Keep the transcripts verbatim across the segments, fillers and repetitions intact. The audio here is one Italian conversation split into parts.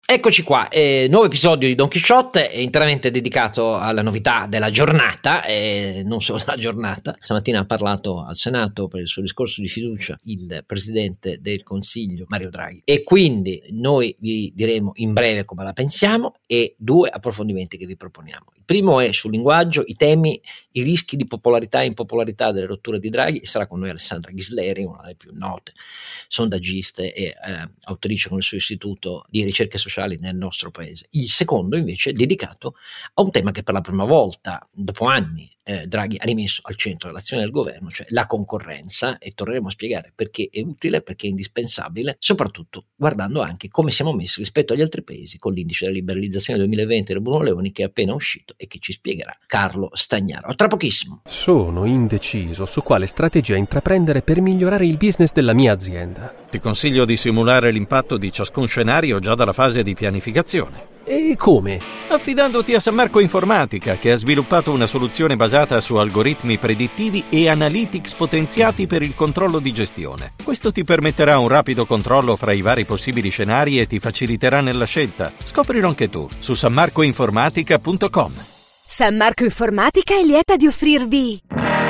Eccoci qua, eh, nuovo episodio di Don Chisciotte, è interamente dedicato alla novità della giornata, e non solo della giornata. Stamattina ha parlato al Senato per il suo discorso di fiducia il Presidente del Consiglio Mario Draghi, e quindi noi vi diremo in breve come la pensiamo e due approfondimenti che vi proponiamo. Il primo è sul linguaggio, i temi, i rischi di popolarità e impopolarità delle rotture di Draghi, e sarà con noi Alessandra Ghisleri, una delle più note sondaggiste e eh, autrice con il suo istituto di ricerche sociali nel nostro paese. Il secondo invece è dedicato a un tema che per la prima volta dopo anni eh, Draghi ha rimesso al centro dell'azione del governo, cioè la concorrenza, e torneremo a spiegare perché è utile, perché è indispensabile, soprattutto guardando anche come siamo messi rispetto agli altri paesi con l'indice della liberalizzazione duemilaventi del Bruno Leoni, che è appena uscito e che ci spiegherà Carlo Stagnaro. Tra pochissimo. Sono indeciso su quale strategia intraprendere per migliorare il business della mia azienda. Ti consiglio di simulare l'impatto di ciascun scenario già dalla fase di pianificazione. E come? Affidandoti a San Marco Informatica, che ha sviluppato una soluzione basata su algoritmi predittivi e analytics potenziati per il controllo di gestione. Questo ti permetterà un rapido controllo fra i vari possibili scenari e ti faciliterà nella scelta. Scoprilo anche tu su san marco informatica punto com. San Marco Informatica è lieta di offrirvi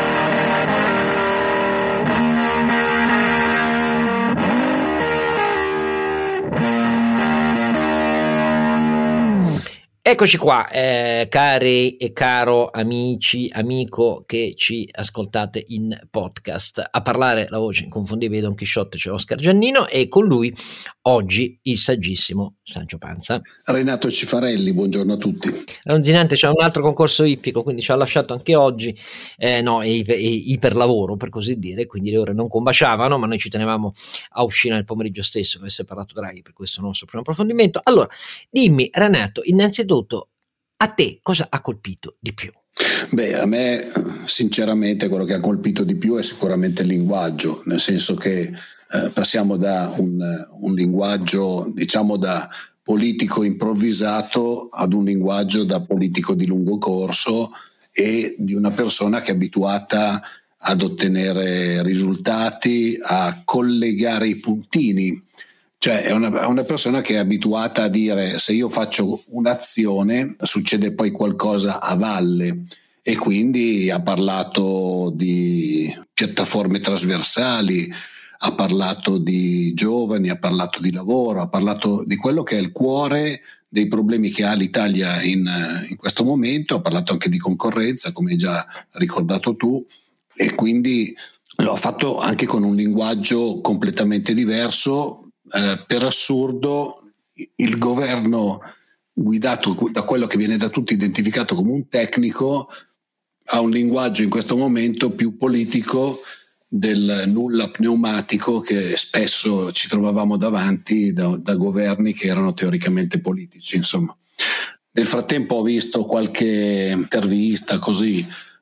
Eccoci qua, eh, cari e caro amici, amico che ci ascoltate in podcast. A parlare la voce inconfondibile di Don Chisciotte c'è Oscar Giannino, e con lui oggi il saggissimo Sancio Panza. Renato Cifarelli, buongiorno a tutti. Ronzinante c'è un altro concorso ippico, quindi ci ha lasciato anche oggi, eh, no, è, è iperlavoro per così dire, quindi le ore non combaciavano, ma noi ci tenevamo a uscire nel pomeriggio stesso che avesse parlato Draghi per questo nostro primo approfondimento. Allora, dimmi Renato, innanzitutto a te cosa ha colpito di più? Beh, a me sinceramente quello che ha colpito di più è sicuramente il linguaggio, nel senso che eh, passiamo da un, un linguaggio, diciamo, da politico improvvisato ad un linguaggio da politico di lungo corso e di una persona che è abituata ad ottenere risultati, a collegare i puntini. Cioè è una, una persona che è abituata a dire: se io faccio un'azione succede poi qualcosa a valle, e quindi ha parlato di piattaforme trasversali, ha parlato di giovani, ha parlato di lavoro, ha parlato di quello che è il cuore dei problemi che ha l'Italia in, in questo momento, ha parlato anche di concorrenza, come hai già ricordato tu, e quindi lo ha fatto anche con un linguaggio completamente diverso. Eh, per assurdo il governo guidato da quello che viene da tutti identificato come un tecnico ha un linguaggio in questo momento più politico del nulla pneumatico che spesso ci trovavamo davanti da, da governi che erano teoricamente politici. Insomma, nel frattempo ho visto qualche intervista così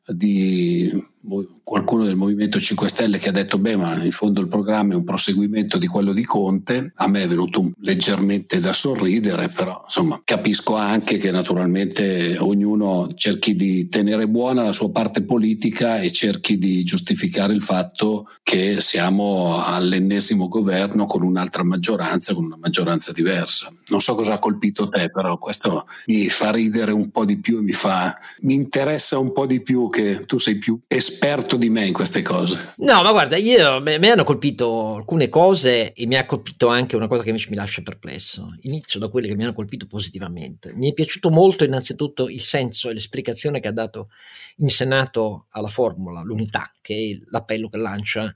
di qualcuno del Movimento cinque Stelle che ha detto: beh, ma in fondo il programma è un proseguimento di quello di Conte. A me è venuto un, leggermente da sorridere, però insomma capisco anche che naturalmente ognuno cerchi di tenere buona la sua parte politica e cerchi di giustificare il fatto che siamo all'ennesimo governo con un'altra maggioranza, con una maggioranza diversa. Non so cosa ha colpito te, però questo mi fa ridere un po' di più e mi fa mi interessa un po' di più, che tu sei più esperto di me in queste cose. No, ma guarda, io mi hanno colpito alcune cose e mi ha colpito anche una cosa che invece mi lascia perplesso. Inizio da quelle che mi hanno colpito positivamente. Mi è piaciuto molto innanzitutto il senso e l'esplicazione che ha dato in Senato alla formula, l'unità, che è l'appello che lancia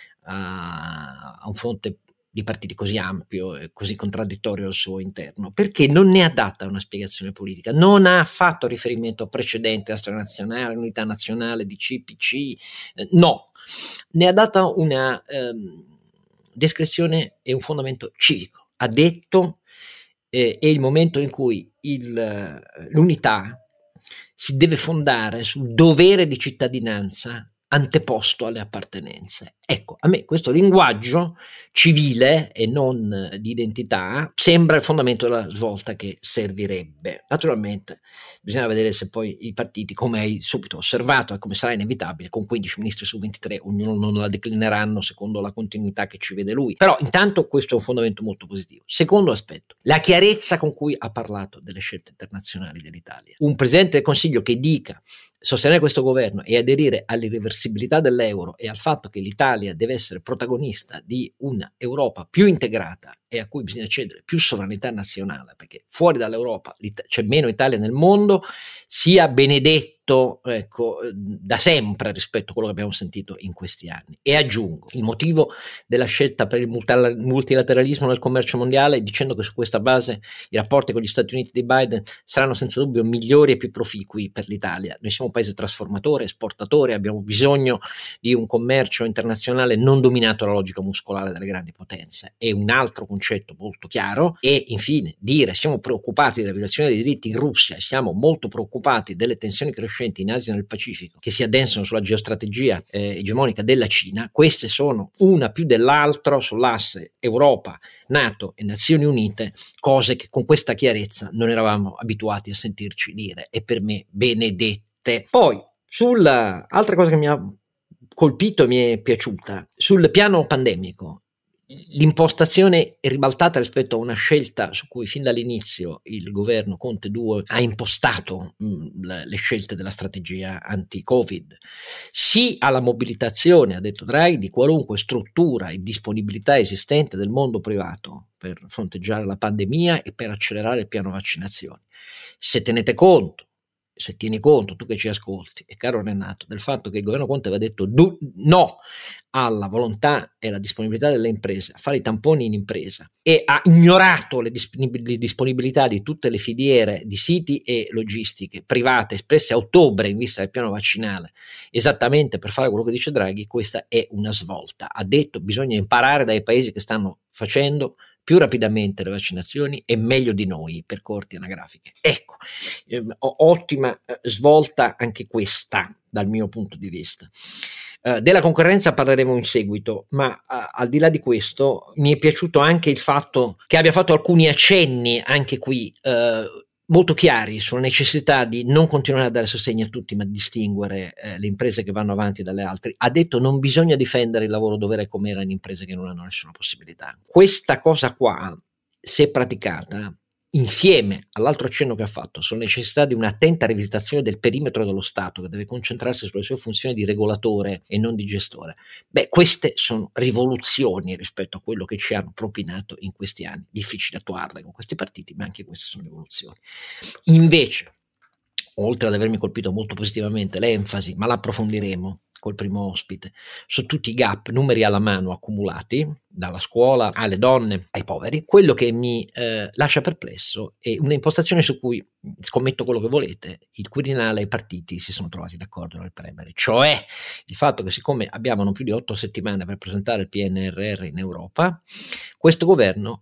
a, a un fronte di partiti così ampio e così contraddittorio al suo interno, perché non ne ha data una spiegazione politica, non ha fatto riferimento a precedenti, alla storia nazionale, all'unità nazionale, D C, P C, eh, no, ne ha data una ehm, descrizione e un fondamento civico. Ha detto eh, è il momento in cui il, l'unità si deve fondare sul dovere di cittadinanza anteposto alle appartenenze. Ecco, a me questo linguaggio civile e non di identità sembra il fondamento della svolta che servirebbe. Naturalmente bisogna vedere se poi i partiti, come hai subito osservato e come sarà inevitabile, con quindici ministri su ventitré, ognuno non la declineranno secondo la continuità che ci vede lui. Però intanto questo è un fondamento molto positivo. Secondo aspetto, la chiarezza con cui ha parlato delle scelte internazionali dell'Italia. Un Presidente del Consiglio che dica sostenere questo governo e aderire all'irreversibilità dell'euro e al fatto che l'Italia deve essere protagonista di un'Europa più integrata e a cui bisogna cedere più sovranità nazionale, perché fuori dall'Europa c'è meno Italia nel mondo, sia benedetto, ecco, da sempre rispetto a quello che abbiamo sentito in questi anni. E aggiungo il motivo della scelta per il multilateralismo nel commercio mondiale, dicendo che su questa base i rapporti con gli Stati Uniti di Biden saranno senza dubbio migliori e più proficui per l'Italia. Noi siamo un paese trasformatore, esportatore, abbiamo bisogno di un commercio internazionale non dominato dalla logica muscolare delle grandi potenze. È un altro concetto molto chiaro. E infine dire siamo preoccupati della violazione dei diritti in Russia, siamo molto preoccupati delle tensioni crescenti in Asia e nel Pacifico che si addensano sulla geostrategia eh, egemonica della Cina. Queste sono una più dell'altro sull'asse Europa, NATO e Nazioni Unite, cose che con questa chiarezza non eravamo abituati a sentirci dire, e per me benedette. Poi sulla altra cosa che mi ha colpito e mi è piaciuta, sul piano pandemico, l'impostazione è ribaltata rispetto a una scelta su cui fin dall'inizio il governo Conte due ha impostato mh, le, le scelte della strategia anti-Covid. Sì alla mobilitazione, ha detto Draghi, di qualunque struttura e disponibilità esistente del mondo privato per fronteggiare la pandemia e per accelerare il piano vaccinazioni. Se tenete conto, se tieni conto, tu che ci ascolti, e caro Renato, del fatto che il governo Conte aveva detto du- no alla volontà e alla disponibilità delle imprese a fare i tamponi in impresa e ha ignorato le disponibilità di tutte le filiere di siti e logistiche private espresse a ottobre in vista del piano vaccinale, esattamente per fare quello che dice Draghi, questa è una svolta. Ha detto bisogna imparare dai paesi che stanno facendo più rapidamente le vaccinazioni e meglio di noi per corti anagrafiche. Ecco, eh, ottima eh, svolta anche questa dal mio punto di vista. Uh, della concorrenza parleremo in seguito, ma uh, al di là di questo mi è piaciuto anche il fatto che abbia fatto alcuni accenni anche qui uh, molto chiari sulla necessità di non continuare a dare sostegno a tutti, ma distinguere eh, le imprese che vanno avanti dalle altre. Ha detto non bisogna difendere il lavoro dovere come era in imprese che non hanno nessuna possibilità. Questa cosa qua, se praticata insieme all'altro accenno che ha fatto sulla necessità di un'attenta rivisitazione del perimetro dello Stato che deve concentrarsi sulle sue funzioni di regolatore e non di gestore, beh, queste sono rivoluzioni rispetto a quello che ci hanno propinato in questi anni. Difficile attuarle con questi partiti, ma anche queste sono rivoluzioni. Invece, oltre ad avermi colpito molto positivamente l'enfasi, ma l'approfondiremo col primo ospite, su tutti i gap, numeri alla mano accumulati dalla scuola alle donne ai poveri, quello che mi eh, lascia perplesso è una impostazione su cui, scommetto quello che volete, il Quirinale e i partiti si sono trovati d'accordo nel premere, cioè il fatto che siccome abbiamo non più di otto settimane per presentare il P N R R in Europa, questo governo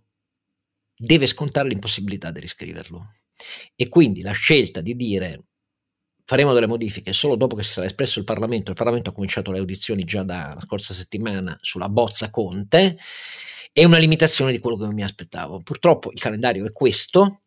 deve scontare l'impossibilità di riscriverlo, e quindi la scelta di dire faremo delle modifiche solo dopo che si sarà espresso il Parlamento. Il Parlamento ha cominciato le audizioni già dalla scorsa settimana sulla bozza Conte, è una limitazione di quello che mi aspettavo. Purtroppo il calendario è questo.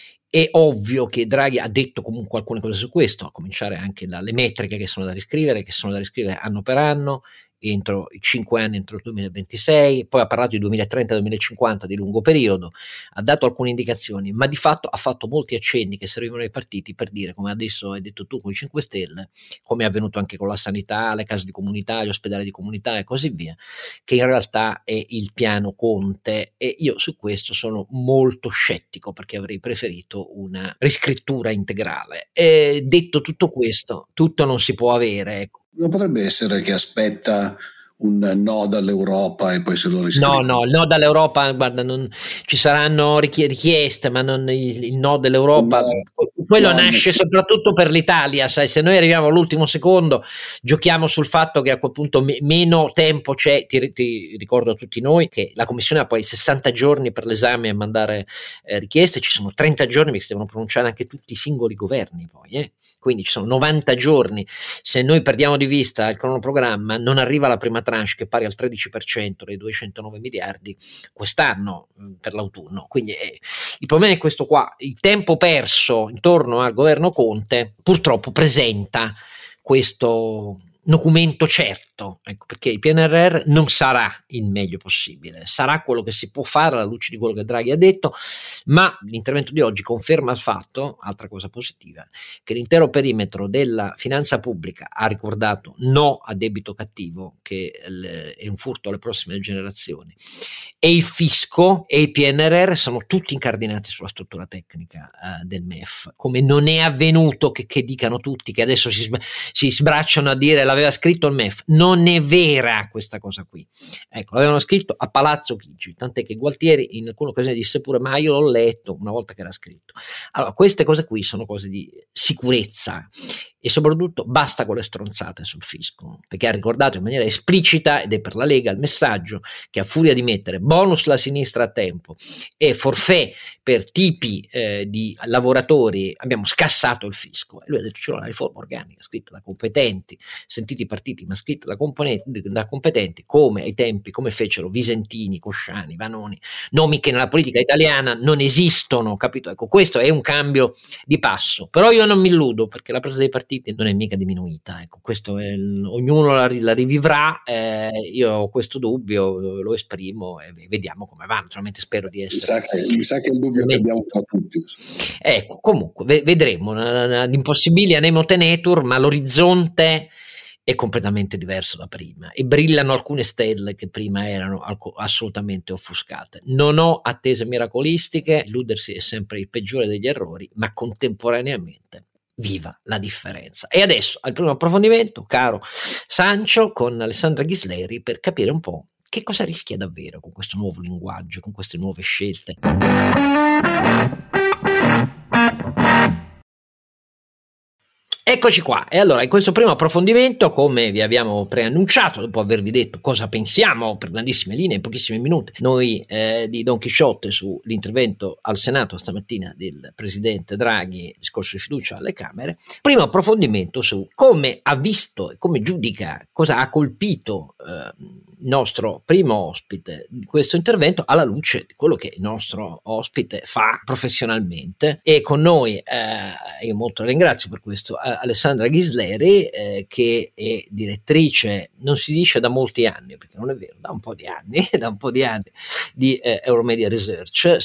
È ovvio che Draghi ha detto comunque alcune cose su questo, a cominciare anche dalle metriche che sono da riscrivere, che sono da riscrivere anno per anno, entro i cinque anni, entro il duemilaventisei, poi ha parlato di duemilatrenta duemilacinquanta di lungo periodo, ha dato alcune indicazioni, ma di fatto ha fatto molti accenni che servivano ai partiti per dire, come adesso hai detto tu con i cinque Stelle, come è avvenuto anche con la sanità, le case di comunità, gli ospedali di comunità e così via, che in realtà è il piano Conte, e io su questo sono molto scettico perché avrei preferito una riscrittura integrale. E detto tutto questo, tutto non si può avere, ecco. Non potrebbe essere che aspetta un no dall'Europa e poi se lo riscrive? No, no, il no dall'Europa, guarda, non, ci saranno richie- richieste, ma non il, il no dell'Europa. No. quello no, nasce no. soprattutto per l'Italia, sai, se noi arriviamo all'ultimo secondo giochiamo sul fatto che a quel punto me- meno tempo c'è. Ti, ti ricordo a tutti noi che la Commissione ha poi sessanta giorni per l'esame e mandare eh, richieste, ci sono trenta giorni che si devono pronunciare anche tutti i singoli governi poi, eh? Quindi ci sono novanta giorni. Se noi perdiamo di vista il cronoprogramma non arriva la prima tranche che è pari al tredici per cento dei duecentonove miliardi quest'anno per l'autunno. Quindi eh, il problema è questo qua: il tempo perso intorno al governo Conte purtroppo presenta questo documento certo, ecco, perché il P N R R non sarà il meglio possibile, sarà quello che si può fare alla luce di quello che Draghi ha detto, ma l'intervento di oggi conferma il fatto, altra cosa positiva, che l'intero perimetro della finanza pubblica ha ricordato no a debito cattivo, che è un furto alle prossime generazioni, e il fisco e il P N R R sono tutti incardinati sulla struttura tecnica uh, del M E F, come non è avvenuto che, che dicano tutti che adesso si, si sbracciano a dire l'aveva scritto il M E F. Non è vera questa cosa qui, ecco, l'avevano scritto a Palazzo Chigi, tant'è che Gualtieri in alcune occasioni disse pure ma io l'ho letto una volta che era scritto. Allora queste cose qui sono cose di sicurezza e soprattutto basta con le stronzate sul fisco, perché ha ricordato in maniera esplicita, ed è per la Lega il messaggio, che a furia di mettere bonus la sinistra a tempo e forfait per tipi eh, di lavoratori abbiamo scassato il fisco. E lui ha detto c'è una riforma organica scritta da competenti, sentiti i partiti, ma scritta da, da competenti, come ai tempi, come fecero Visentini, Cosciani, Vanoni, nomi che nella politica italiana non esistono, capito? Ecco, questo è un cambio di passo, però io non mi illudo perché la presa dei partiti non è mica diminuita, ecco, questo è, ognuno la, la rivivrà, eh, io ho questo dubbio, lo esprimo e vediamo come va, naturalmente spero di essere. Mi sa che, mi sa che è il dubbio che abbiamo un po' tutti. Ecco, comunque ve, vedremo, l'impossibile nemo tenetur, ma l'orizzonte è completamente diverso da prima e brillano alcune stelle che prima erano assolutamente offuscate. Non ho attese miracolistiche, illudersi è sempre il peggiore degli errori, ma contemporaneamente viva la differenza. E adesso al primo approfondimento, caro Sancio, con Alessandra Ghisleri per capire un po' che cosa rischia davvero con questo nuovo linguaggio, con queste nuove scelte. Eccoci qua, e allora in questo primo approfondimento, come vi abbiamo preannunciato, dopo avervi detto cosa pensiamo per grandissime linee in pochissimi minuti noi eh, di Don Chisciotte sull'intervento al Senato stamattina del presidente Draghi, discorso di fiducia alle Camere, primo approfondimento su come ha visto e come giudica, cosa ha colpito eh, il nostro primo ospite di questo intervento alla luce di quello che il nostro ospite fa professionalmente. E con noi, eh, io molto la ringrazio per questo, eh, Alessandra Ghisleri, eh, che è direttrice, non si dice da molti anni, perché non è vero, da un po' di anni, da un po' di anni di eh, Euromedia Research,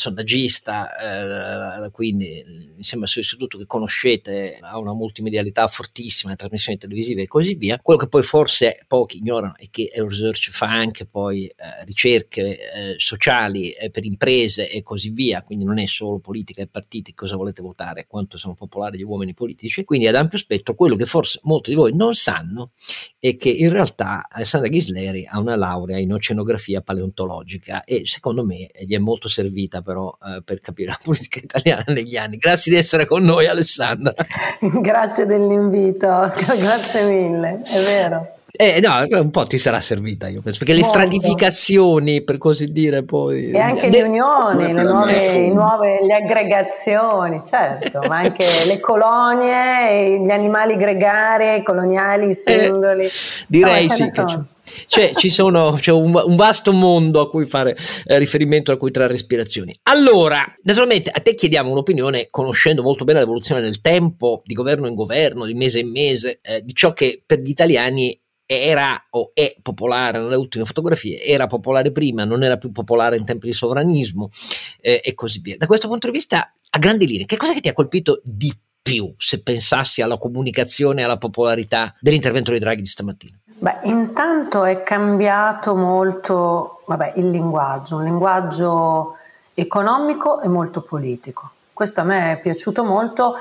sondaggista, eh, quindi insieme al suo istituto che conoscete ha una multimedialità fortissima, trasmissioni televisive e così via. Quello che poi forse pochi ignorano è che Euroresearch fa anche poi eh, ricerche eh, sociali eh, per imprese e così via, quindi non è solo politica e partiti, cosa volete votare, quanto sono popolari gli uomini politici, quindi ad ampio spettro. Quello che forse molti di voi non sanno è che in realtà Alessandra Ghisleri ha una laurea in oceanografia paleontologica e secondo me gli è molto servita però eh, per capire la politica italiana negli anni. Grazie di essere con noi, Alessandra. Grazie dell'invito, grazie mille, è vero. Eh, no, un po' ti sarà servita, io penso, perché le Molto. stratificazioni, per così dire, poi... E anche de- le unioni, le nuove, nuove, le aggregazioni, certo, ma anche le colonie, gli animali gregari, coloniali, singoli. Eh, direi no, sì, che c'è, c'è, ci sono, c'è un, un vasto mondo a cui fare eh, riferimento, a cui trarre ispirazioni. Allora, naturalmente a te chiediamo un'opinione, conoscendo molto bene l'evoluzione del tempo, di governo in governo, di mese in mese, eh, di ciò che per gli italiani era o è popolare nelle ultime fotografie, era popolare prima, non era più popolare in tempi di sovranismo eh, e così via. Da questo punto di vista, a grandi linee, che cosa che ti ha colpito di più se pensassi alla comunicazione e alla popolarità dell'intervento di Draghi di stamattina? Beh, intanto è cambiato molto vabbè, il linguaggio, un linguaggio economico e molto politico. Questo a me è piaciuto molto,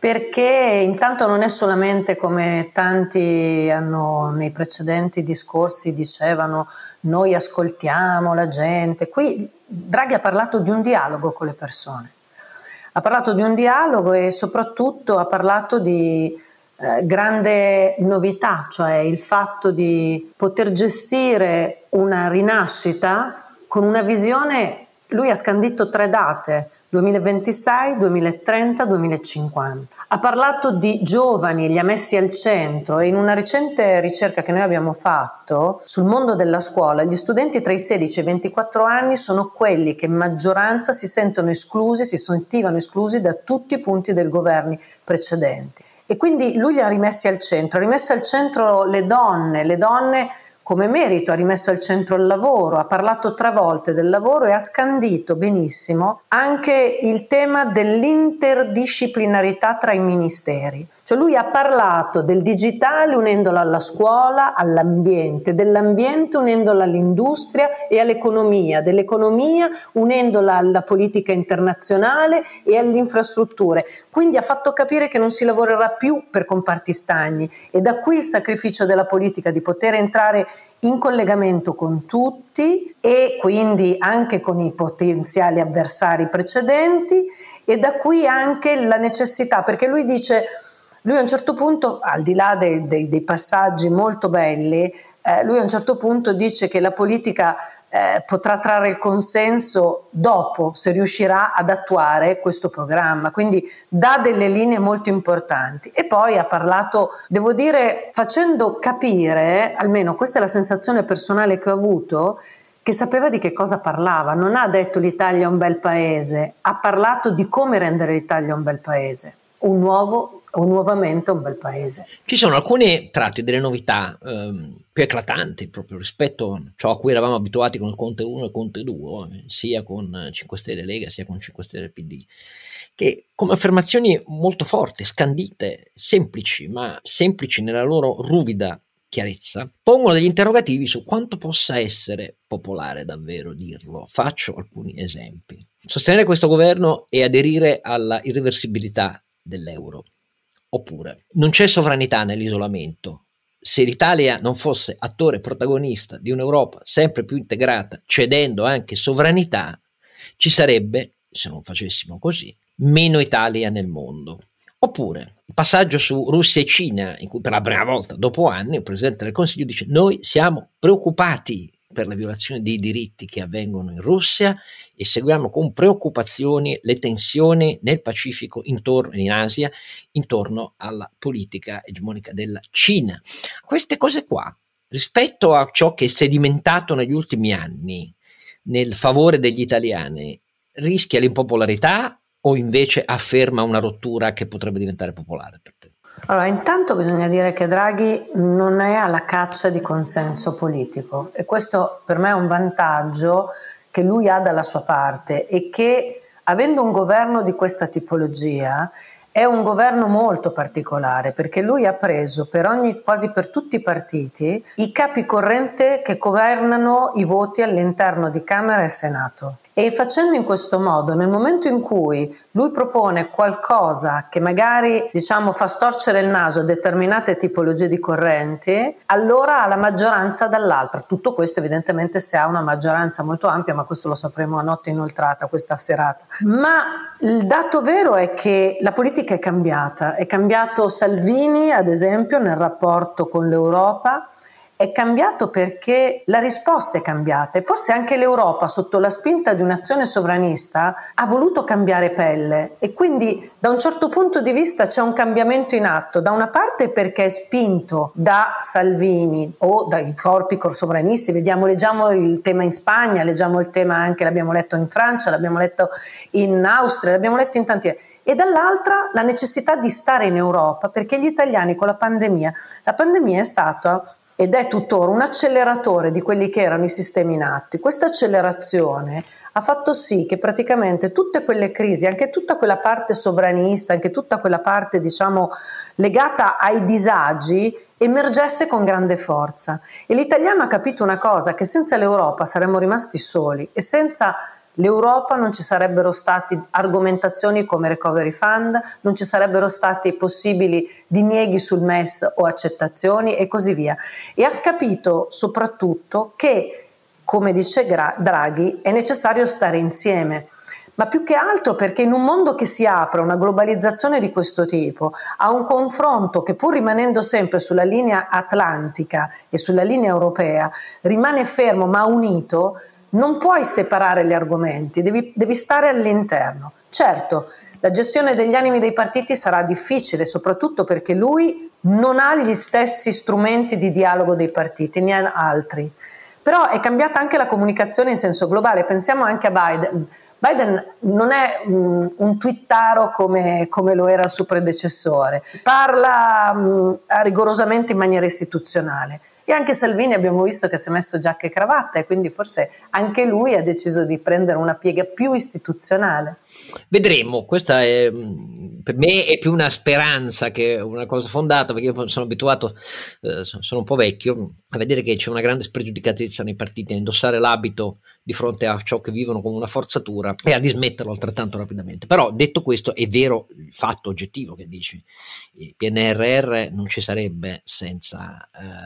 perché intanto non è solamente, come tanti hanno nei precedenti discorsi dicevano, noi ascoltiamo la gente. Qui Draghi ha parlato di un dialogo con le persone, Ha parlato di un dialogo e soprattutto ha parlato di eh, grande novità, cioè il fatto di poter gestire una rinascita con una visione. Lui ha scandito tre date: duemilaventisei, duemilatrenta, duemilacinquanta. Ha parlato di giovani, li ha messi al centro, e in una recente ricerca che noi abbiamo fatto sul mondo della scuola, gli studenti tra i sedici e i ventiquattro anni sono quelli che in maggioranza si sentono esclusi, si sentivano esclusi da tutti i punti dei governi precedenti. E quindi lui li ha rimessi al centro, ha rimesso al centro le donne, le donne come merito, ha rimesso al centro il lavoro, ha parlato tre volte del lavoro e ha scandito benissimo anche il tema dell'interdisciplinarità tra i ministeri. Cioè lui ha parlato del digitale unendolo alla scuola, all'ambiente, dell'ambiente unendolo all'industria e all'economia, dell'economia unendola alla politica internazionale e alle infrastrutture. Quindi ha fatto capire che non si lavorerà più per comparti stagni, e da qui il sacrificio della politica di poter entrare in collegamento con tutti e quindi anche con i potenziali avversari precedenti, e da qui anche la necessità, perché lui dice, lui a un certo punto, al di là dei, dei, dei passaggi molto belli, eh, lui a un certo punto dice che la politica eh, potrà trarre il consenso dopo, se riuscirà ad attuare questo programma, quindi dà delle linee molto importanti. E poi ha parlato, devo dire, facendo capire, almeno questa è la sensazione personale che ho avuto, che sapeva di che cosa parlava. Non ha detto l'Italia è un bel paese, ha parlato di come rendere l'Italia un bel paese, un nuovo o nuovamente un bel paese. Ci sono alcuni tratti delle novità ehm, più eclatanti proprio rispetto a ciò a cui eravamo abituati con il Conte uno e il Conte due, sia con cinque Stelle Lega sia con cinque Stelle P D, che come affermazioni molto forti, scandite, semplici, ma semplici nella loro ruvida chiarezza, pongono degli interrogativi su quanto possa essere popolare davvero dirlo. Faccio alcuni esempi. Sostenere questo governo e aderire alla irreversibilità dell'euro. Oppure, non c'è sovranità nell'isolamento. Se l'Italia non fosse attore protagonista di un'Europa sempre più integrata, cedendo anche sovranità, ci sarebbe, se non facessimo così, meno Italia nel mondo. Oppure, il passaggio su Russia e Cina, in cui per la prima volta dopo anni il Presidente del Consiglio dice: noi siamo preoccupati per la violazione dei diritti che avvengono in Russia e seguiamo con preoccupazioni le tensioni nel Pacifico, intorno in Asia, intorno alla politica egemonica della Cina. Queste cose qua, rispetto a ciò che è sedimentato negli ultimi anni nel favore degli italiani, rischia l'impopolarità o invece afferma una rottura che potrebbe diventare popolare per te? Allora, intanto bisogna dire che Draghi non è alla caccia di consenso politico, e questo per me è un vantaggio che lui ha dalla sua parte, e che, avendo un governo di questa tipologia, è un governo molto particolare, perché lui ha preso per ogni, quasi per tutti i partiti, i capi corrente che governano i voti all'interno di Camera e Senato. E facendo in questo modo, nel momento in cui lui propone qualcosa che magari, diciamo, fa storcere il naso a determinate tipologie di correnti, allora ha la maggioranza dall'altra. Tutto questo evidentemente se ha una maggioranza molto ampia, ma questo lo sapremo a notte inoltrata, questa serata. Ma il dato vero è che la politica è cambiata. È cambiato Salvini, ad esempio, nel rapporto con l'Europa. È cambiato perché la risposta è cambiata, e forse anche l'Europa, sotto la spinta di un'azione sovranista, ha voluto cambiare pelle, e quindi da un certo punto di vista c'è un cambiamento in atto. Da una parte perché è spinto da Salvini o dai corpi sovranisti, vediamo, leggiamo il tema in Spagna, leggiamo il tema anche, l'abbiamo letto in Francia, l'abbiamo letto in Austria, l'abbiamo letto in tanti, e dall'altra la necessità di stare in Europa, perché gli italiani con la pandemia, la pandemia è stata ed è tuttora un acceleratore di quelli che erano i sistemi in atto. Questa accelerazione ha fatto sì che praticamente tutte quelle crisi, anche tutta quella parte sovranista, anche tutta quella parte, diciamo, legata ai disagi, emergesse con grande forza. E l'italiano ha capito una cosa, che senza l'Europa saremmo rimasti soli, e senza l'Europa non ci sarebbero stati argomentazioni come Recovery Fund, non ci sarebbero stati possibili dinieghi sul M E S o accettazioni e così via. E ha capito soprattutto che, come dice Draghi, è necessario stare insieme, ma più che altro perché in un mondo che si apre a una globalizzazione di questo tipo, a un confronto che pur rimanendo sempre sulla linea atlantica e sulla linea europea, rimane fermo ma unito, non puoi separare gli argomenti, devi, devi stare all'interno. Certo, la gestione degli animi dei partiti sarà difficile, soprattutto perché lui non ha gli stessi strumenti di dialogo dei partiti, ne ha altri. Però è cambiata anche la comunicazione in senso globale, pensiamo anche a Biden. Biden non è um, un twittaro come, come lo era il suo predecessore, parla um, rigorosamente in maniera istituzionale. E anche Salvini abbiamo visto che si è messo giacca e cravatta e quindi forse anche lui ha deciso di prendere una piega più istituzionale. Vedremo, questa è, per me è più una speranza che una cosa fondata, perché io sono abituato, eh, sono un po' vecchio, a vedere che c'è una grande spregiudicatezza nei partiti a indossare l'abito di fronte a ciò che vivono come una forzatura e a dismetterlo altrettanto rapidamente. Però detto questo è vero il fatto oggettivo che dici, il P N R R non ci sarebbe senza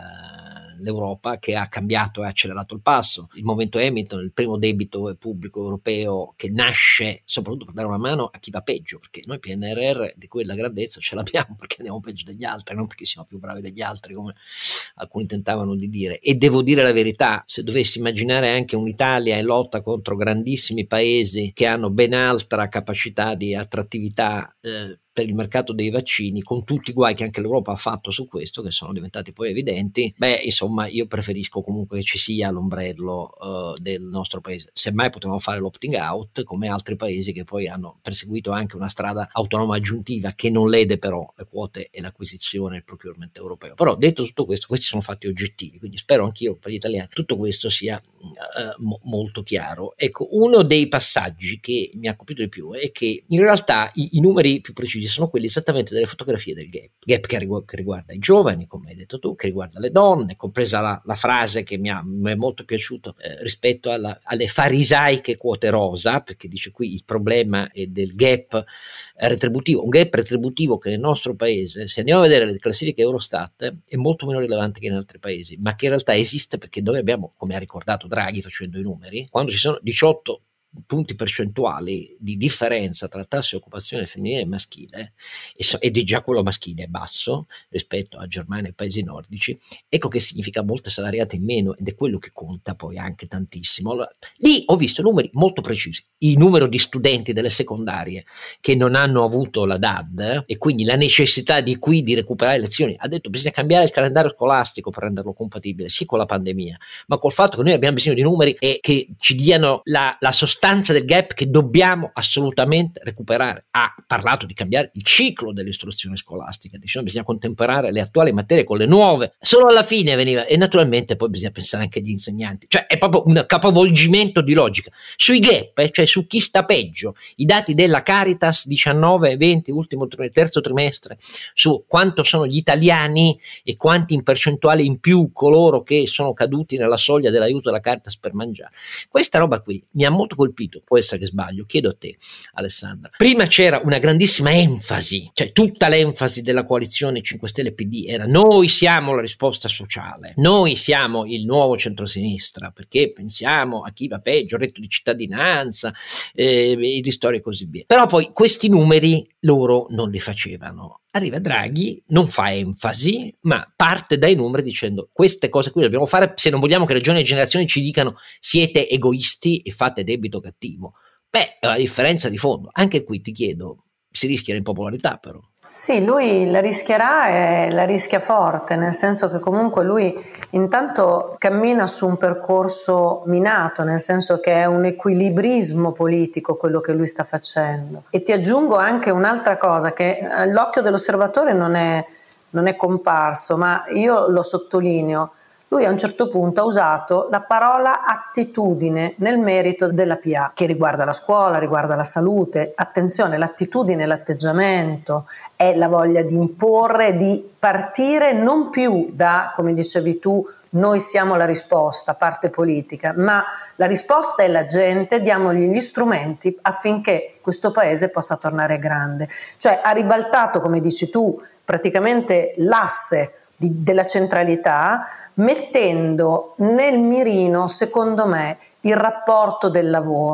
eh, l'Europa che ha cambiato e accelerato il passo. Il momento Hamilton, il primo debito pubblico europeo che nasce soprattutto per dare una mano a chi va peggio, perché noi P N R R di quella grandezza ce l'abbiamo perché andiamo peggio degli altri, non perché siamo più bravi degli altri come alcuni tentavano di dire. E devo dire la verità, se dovessi immaginare anche un'Italia in lotta contro grandissimi paesi che hanno ben altra capacità di attrattività eh, per il mercato dei vaccini, con tutti i guai che anche l'Europa ha fatto su questo, che sono diventati poi evidenti, beh, insomma, io preferisco comunque che ci sia l'ombrello uh, del nostro paese. Semmai potevamo fare l'opting out, come altri paesi che poi hanno perseguito anche una strada autonoma aggiuntiva che non lede però le quote e l'acquisizione e il procurement europeo. Però detto tutto questo, questi sono fatti oggettivi, quindi spero anch'io per gli italiani tutto questo sia uh, mo- molto chiaro. Ecco, uno dei passaggi che mi ha colpito di più è che in realtà i, i numeri più precisi sono quelli esattamente delle fotografie del gap, gap che, rigu- che riguarda i giovani, come hai detto tu, che riguarda le donne, compresa la, la frase che mi, ha, mi è molto piaciuto eh, rispetto alla, alle farisaiche quote rosa, perché dice qui il problema è del gap retributivo, un gap retributivo che nel nostro paese, se andiamo a vedere le classifiche Eurostat, è molto meno rilevante che in altri paesi, ma che in realtà esiste perché noi abbiamo, come ha ricordato Draghi facendo i numeri, quando ci sono diciotto punti percentuali di differenza tra tasso di occupazione femminile e maschile, ed è già quello maschile è basso rispetto a Germania e paesi nordici, ecco che significa molte salariate in meno, ed è quello che conta poi anche tantissimo. Allora, lì ho visto numeri molto precisi, il numero di studenti delle secondarie che non hanno avuto la D A D e quindi la necessità di qui di recuperare lezioni. Ha detto bisogna cambiare il calendario scolastico per renderlo compatibile sì con la pandemia, ma col fatto che noi abbiamo bisogno di numeri e che ci diano la, la sostanza del gap che dobbiamo assolutamente recuperare. Ha parlato di cambiare il ciclo dell'istruzione scolastica, dicendo bisogna contemperare le attuali materie con le nuove, solo alla fine veniva, e naturalmente poi bisogna pensare anche agli insegnanti, cioè è proprio un capovolgimento di logica sui gap, eh, cioè su chi sta peggio. I dati della Caritas diciannove venti ultimo terzo trimestre su quanto sono gli italiani e quanti in percentuale in più coloro che sono caduti nella soglia dell'aiuto della Caritas per mangiare, questa roba qui mi ha molto colpito. Può essere che sbaglio, chiedo a te Alessandra. Prima c'era una grandissima enfasi, cioè tutta l'enfasi della coalizione cinque Stelle P D era noi siamo la risposta sociale, noi siamo il nuovo centrosinistra perché pensiamo a chi va peggio, il reddito di cittadinanza, eh, i ristori e così via. Però poi questi numeri loro non li facevano. Arriva Draghi, non fa enfasi, ma parte dai numeri dicendo queste cose qui dobbiamo fare se non vogliamo che le giovani generazioni ci dicano siete egoisti e fate debito cattivo. Beh, è una differenza di fondo. Anche qui ti chiedo, si rischia l'impopolarità però. Sì, lui la rischierà e la rischia forte, nel senso che comunque lui intanto cammina su un percorso minato, nel senso che è un equilibrismo politico quello che lui sta facendo. E ti aggiungo anche un'altra cosa che all'occhio dell'osservatore non è, non è comparso, ma io lo sottolineo. Lui a un certo punto ha usato la parola attitudine nel merito della P A, che riguarda la scuola, riguarda la salute. Attenzione, l'attitudine e l'atteggiamento è la voglia di imporre, di partire non più da, come dicevi tu, noi siamo la risposta, parte politica, ma la risposta è la gente, diamogli gli strumenti affinché questo paese possa tornare grande. Cioè ha ribaltato, come dici tu, praticamente l'asse di, della centralità, mettendo nel mirino, secondo me, il rapporto del lavoro.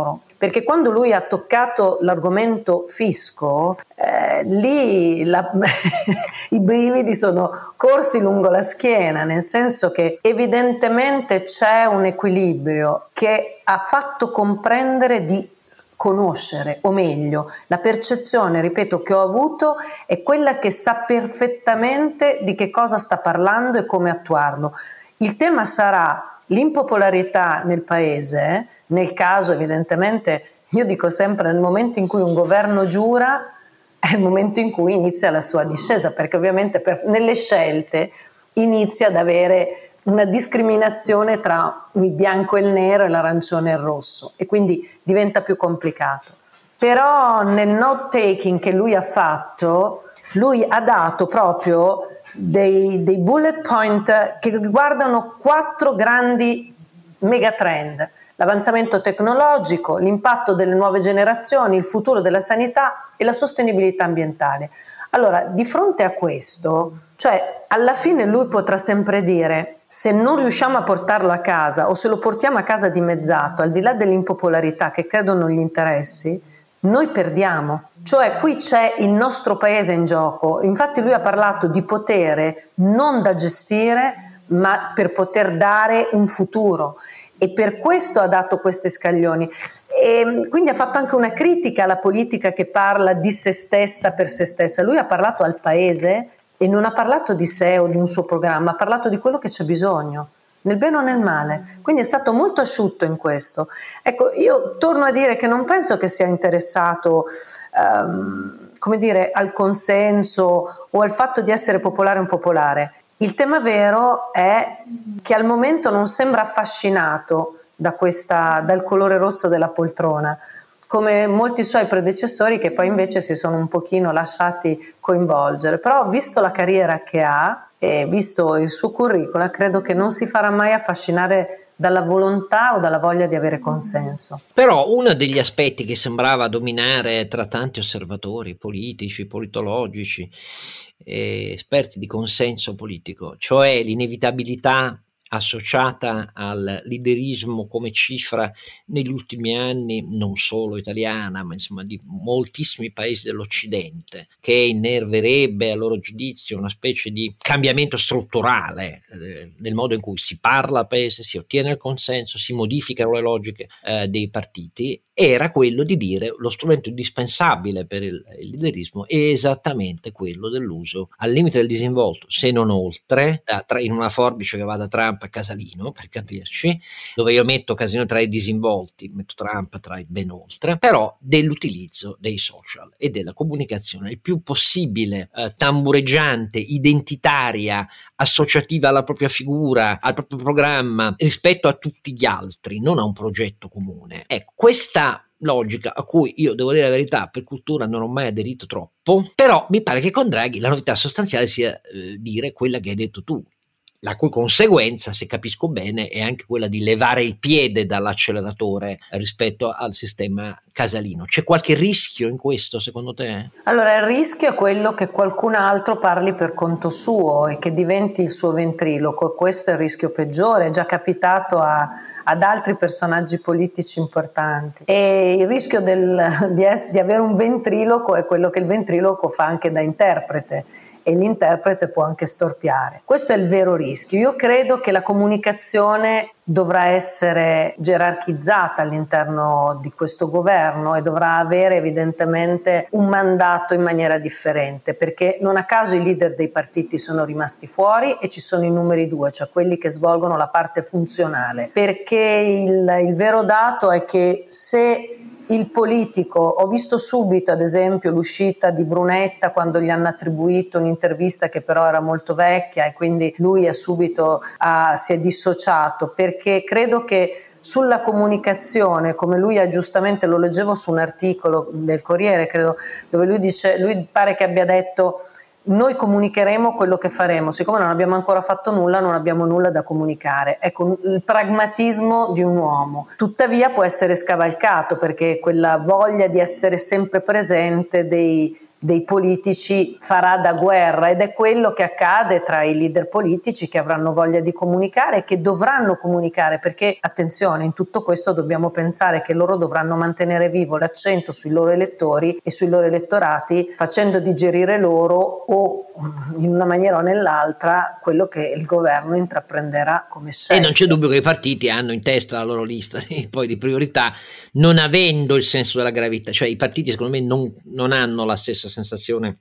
perché quando lui ha toccato l'argomento fisco, eh, lì la, i brividi sono corsi lungo la schiena, nel senso che evidentemente c'è un equilibrio che ha fatto comprendere di conoscere, o meglio, la percezione, ripeto, che ho avuto è quella che sa perfettamente di che cosa sta parlando e come attuarlo. Il tema sarà l'impopolarità nel paese, nel caso evidentemente, io dico sempre, nel momento in cui un governo giura è il momento in cui inizia la sua discesa, perché ovviamente per, nelle scelte inizia ad avere una discriminazione tra il bianco e il nero e l'arancione e il rosso, e quindi diventa più complicato. Però nel note taking che lui ha fatto, lui ha dato proprio dei, dei bullet point che riguardano quattro grandi megatrend: l'avanzamento tecnologico, l'impatto delle nuove generazioni, il futuro della sanità e la sostenibilità ambientale. Allora, di fronte a questo, cioè alla fine lui potrà sempre dire: se non riusciamo a portarlo a casa o se lo portiamo a casa dimezzato, al di là dell'impopolarità che credo non gli interessi, noi perdiamo. Cioè qui c'è il nostro paese in gioco. Infatti lui ha parlato di potere non da gestire, ma per poter dare un futuro, e per questo ha dato questi scaglioni. E quindi ha fatto anche una critica alla politica che parla di se stessa per se stessa. Lui ha parlato al paese e non ha parlato di sé o di un suo programma, ha parlato di quello che c'è bisogno, nel bene o nel male. Quindi è stato molto asciutto in questo. Ecco, io torno a dire che non penso che sia interessato um, come dire, al consenso o al fatto di essere popolare o impopolare. Il tema vero è che al momento non sembra affascinato da questa, dal colore rosso della poltrona, come molti suoi predecessori che poi invece si sono un pochino lasciati coinvolgere. Però visto la carriera che ha e visto il suo curriculum, credo che non si farà mai affascinare dalla volontà o dalla voglia di avere consenso. Però uno degli aspetti che sembrava dominare tra tanti osservatori politici, politologici, eh, esperti di consenso politico, cioè l'inevitabilità associata al leaderismo come cifra negli ultimi anni, non solo italiana, ma insomma di moltissimi paesi dell'Occidente, che innerverebbe a loro giudizio una specie di cambiamento strutturale eh, nel modo in cui si parla al paese, si ottiene il consenso, si modificano le logiche eh, dei partiti, era quello di dire lo strumento indispensabile per il, il leaderismo è esattamente quello dell'uso al limite del disinvolto, se non oltre, da, tra, in una forbice che va da Trump a Casalino, per capirci, dove io metto Casalino tra i disinvolti, metto Trump tra i ben oltre, però dell'utilizzo dei social e della comunicazione il più possibile eh, tambureggiante, identitaria, associativa alla propria figura, al proprio programma, rispetto a tutti gli altri, non a un progetto comune. Ecco, questa logica a cui io devo dire la verità, per cultura non ho mai aderito troppo, però mi pare che con Draghi la novità sostanziale sia eh, dire quella che hai detto tu, la cui conseguenza, se capisco bene, è anche quella di levare il piede dall'acceleratore rispetto al sistema Casalino. C'è qualche rischio in questo, secondo te? Allora, il rischio è quello che qualcun altro parli per conto suo e che diventi il suo ventriloquo. Questo è il rischio peggiore, è già capitato a ad altri personaggi politici importanti, e il rischio del, di, es, di avere un ventriloquo è quello che il ventriloquo fa anche da interprete, e l'interprete può anche storpiare. Questo è il vero rischio. Io credo che la comunicazione dovrà essere gerarchizzata all'interno di questo governo e dovrà avere evidentemente un mandato in maniera differente, perché non a caso i leader dei partiti sono rimasti fuori e ci sono i numeri due, cioè quelli che svolgono la parte funzionale, perché il, il vero dato è che se il politico, ho visto subito ad esempio l'uscita di Brunetta quando gli hanno attribuito un'intervista che però era molto vecchia e quindi lui è subito ah, si è dissociato, perché credo che sulla comunicazione, come lui ha giustamente, lo leggevo su un articolo del Corriere credo, dove lui dice, lui pare che abbia detto: noi comunicheremo quello che faremo, siccome non abbiamo ancora fatto nulla non abbiamo nulla da comunicare. Ecco, il pragmatismo di un uomo, tuttavia può essere scavalcato, perché quella voglia di essere sempre presente dei, dei politici farà da guerra, ed è quello che accade tra i leader politici che avranno voglia di comunicare e che dovranno comunicare, perché attenzione, in tutto questo dobbiamo pensare che loro dovranno mantenere vivo l'accento sui loro elettori e sui loro elettorati, facendo digerire loro o in una maniera o nell'altra quello che il governo intraprenderà come scelta. E non c'è dubbio che i partiti hanno in testa la loro lista di, poi di priorità, non avendo il senso della gravità, cioè i partiti secondo me non, non hanno la stessa sensazione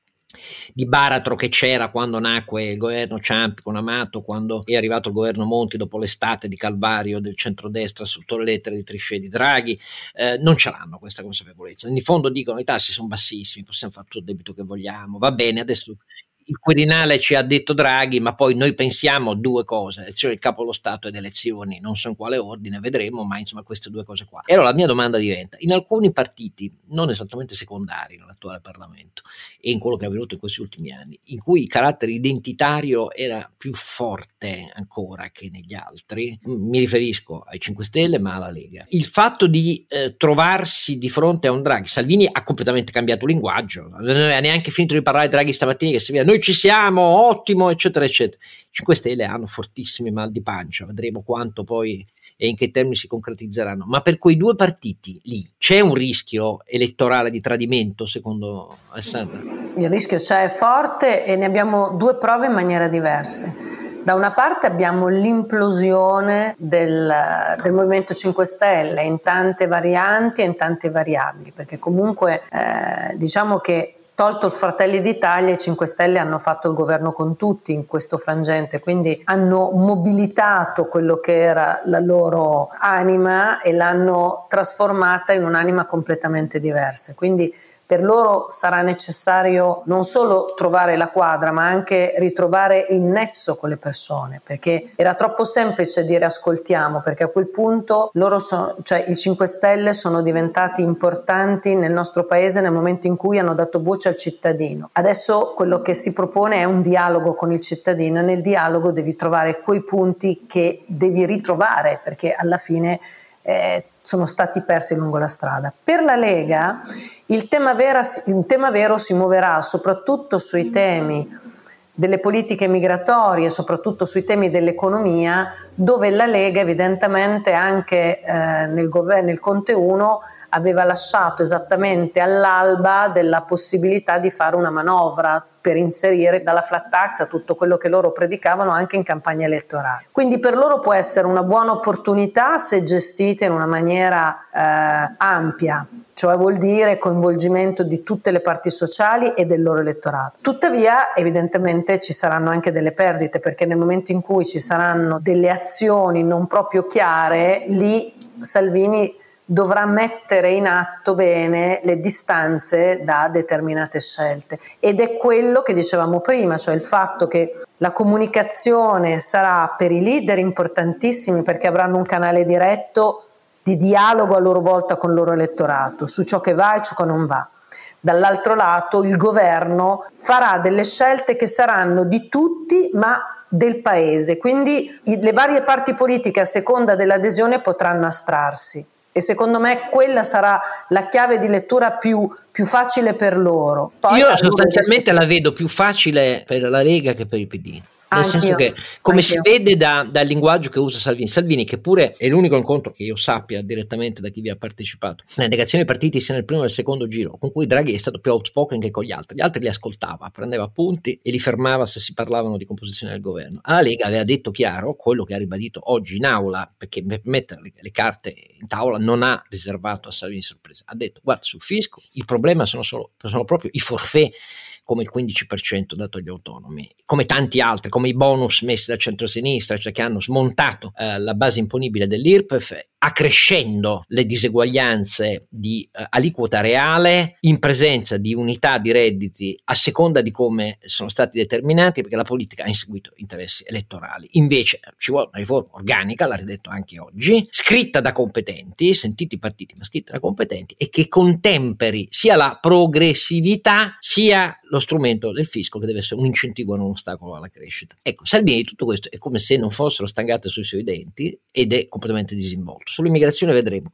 di baratro che c'era quando nacque il governo Ciampi con Amato, quando è arrivato il governo Monti dopo l'estate di calvario del centrodestra sotto le lettere di Trichet e di Draghi. Eh, non ce l'hanno questa consapevolezza. In fondo dicono: i tassi sono bassissimi, possiamo fare tutto il debito che vogliamo, va bene, adesso il Quirinale ci ha detto Draghi, ma poi noi pensiamo due cose: elezioni del capo dello Stato ed elezioni, non so in quale ordine, vedremo, ma insomma queste due cose qua. E allora la mia domanda diventa: in alcuni partiti, non esattamente secondari nell'attuale Parlamento e in quello che è avvenuto in questi ultimi anni, in cui il carattere identitario era più forte ancora che negli altri, mi riferisco ai cinque Stelle ma alla Lega, il fatto di eh, trovarsi di fronte a un Draghi, Salvini ha completamente cambiato linguaggio, non aveva neanche finito di parlare Draghi stamattina che si vede: noi ci siamo, ottimo, eccetera eccetera. cinque Stelle hanno fortissimi mal di pancia, vedremo quanto poi e in che termini si concretizzeranno, ma per quei due partiti lì c'è un rischio elettorale di tradimento, secondo Alessandra? Il rischio c'è, è forte, e ne abbiamo due prove in maniera diverse. Da una parte abbiamo l'implosione del, del Movimento cinque Stelle in tante varianti e in tante variabili, perché comunque eh, diciamo che tolto il Fratelli d'Italia, i cinque Stelle hanno fatto il governo con tutti in questo frangente, quindi hanno mobilitato quello che era la loro anima e l'hanno trasformata in un'anima completamente diversa. Quindi per loro sarà necessario non solo trovare la quadra, ma anche ritrovare il nesso con le persone, perché era troppo semplice dire ascoltiamo, perché a quel punto loro sono, cioè i cinque Stelle sono diventati importanti nel nostro paese nel momento in cui hanno dato voce al cittadino. Adesso quello che si propone è un dialogo con il cittadino, e nel dialogo devi trovare quei punti che devi ritrovare, perché alla fine eh, sono stati persi lungo la strada. Per la Lega il tema, vera, il tema vero si muoverà soprattutto sui temi delle politiche migratorie, soprattutto sui temi dell'economia, dove la Lega evidentemente anche eh, nel governo, nel Conte uno, aveva lasciato esattamente all'alba della possibilità di fare una manovra per inserire dalla flat tax a tutto quello che loro predicavano anche in campagna elettorale. Quindi per loro può essere una buona opportunità se gestita in una maniera eh, ampia, cioè vuol dire coinvolgimento di tutte le parti sociali e del loro elettorato. Tuttavia evidentemente ci saranno anche delle perdite, perché nel momento in cui ci saranno delle azioni non proprio chiare, lì Salvini dovrà mettere in atto bene le distanze da determinate scelte, ed è quello che dicevamo prima, cioè il fatto che la comunicazione sarà per i leader importantissimi, perché avranno un canale diretto di dialogo a loro volta con il loro elettorato su ciò che va e ciò che non va. Dall'altro lato il governo farà delle scelte che saranno di tutti ma del paese, quindi i, le varie parti politiche a seconda dell'adesione potranno astrarsi. E secondo me quella sarà la chiave di lettura più, più facile per loro. Poi io sostanzialmente la vedo più facile per la Lega che per il P D. Nel Anch'io. senso che, come Anch'io. si vede da, dal linguaggio che usa Salvini, Salvini che pure è l'unico incontro che io sappia direttamente da chi vi ha partecipato, nelle negazioni dei partiti sia nel primo che nel secondo giro, con cui Draghi è stato più outspoken che con gli altri, gli altri li ascoltava, prendeva appunti e li fermava se si parlavano di composizione del governo. Alla Lega aveva detto chiaro quello che ha ribadito oggi in aula, perché per mettere le, le carte in tavola non ha riservato a Salvini sorpresa, ha detto: guarda, sul fisco il problema sono, solo, sono proprio i forfait, come il quindici per cento dato agli autonomi, come tanti altri, come i bonus messi da centrosinistra, cioè che hanno smontato eh, la base imponibile dell'I R P E F, accrescendo le diseguaglianze di eh, aliquota reale in presenza di unità di redditi a seconda di come sono stati determinati, perché la politica ha inseguito interessi elettorali. Invece ci vuole una riforma organica, l'ha detto anche oggi, scritta da competenti, sentiti i partiti, ma scritta da competenti, e che contemperi sia la progressività sia lo strumento del fisco, che deve essere un incentivo e non un ostacolo alla crescita. Ecco, Salvini tutto questo è come se non fossero stangate sui suoi denti ed è completamente disinvolto. Sull'immigrazione vedremo,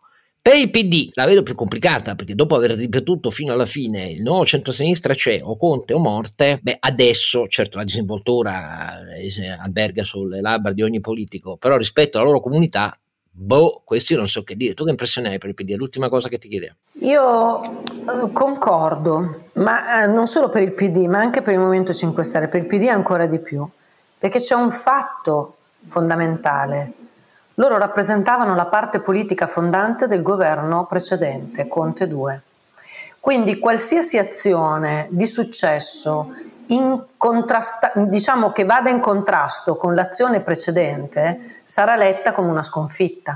Per il P D la vedo più complicata, perché dopo aver ripetuto fino alla fine il nuovo centrosinistra c'è, o Conte o morte, beh adesso certo la disinvoltura eh, alberga sulle labbra di ogni politico, però rispetto alla loro comunità, boh, questi non so che dire. Tu che impressione hai per il P D? È l'ultima cosa che ti chiedevo. Io eh, concordo, ma eh, non solo per il P D, ma anche per il Movimento cinque Stelle, per il P D ancora di più, perché c'è un fatto fondamentale. Loro rappresentavano la parte politica fondante del governo precedente, Conte due. Quindi qualsiasi azione di successo in contrasta- diciamo che vada in contrasto con l'azione precedente sarà letta come una sconfitta.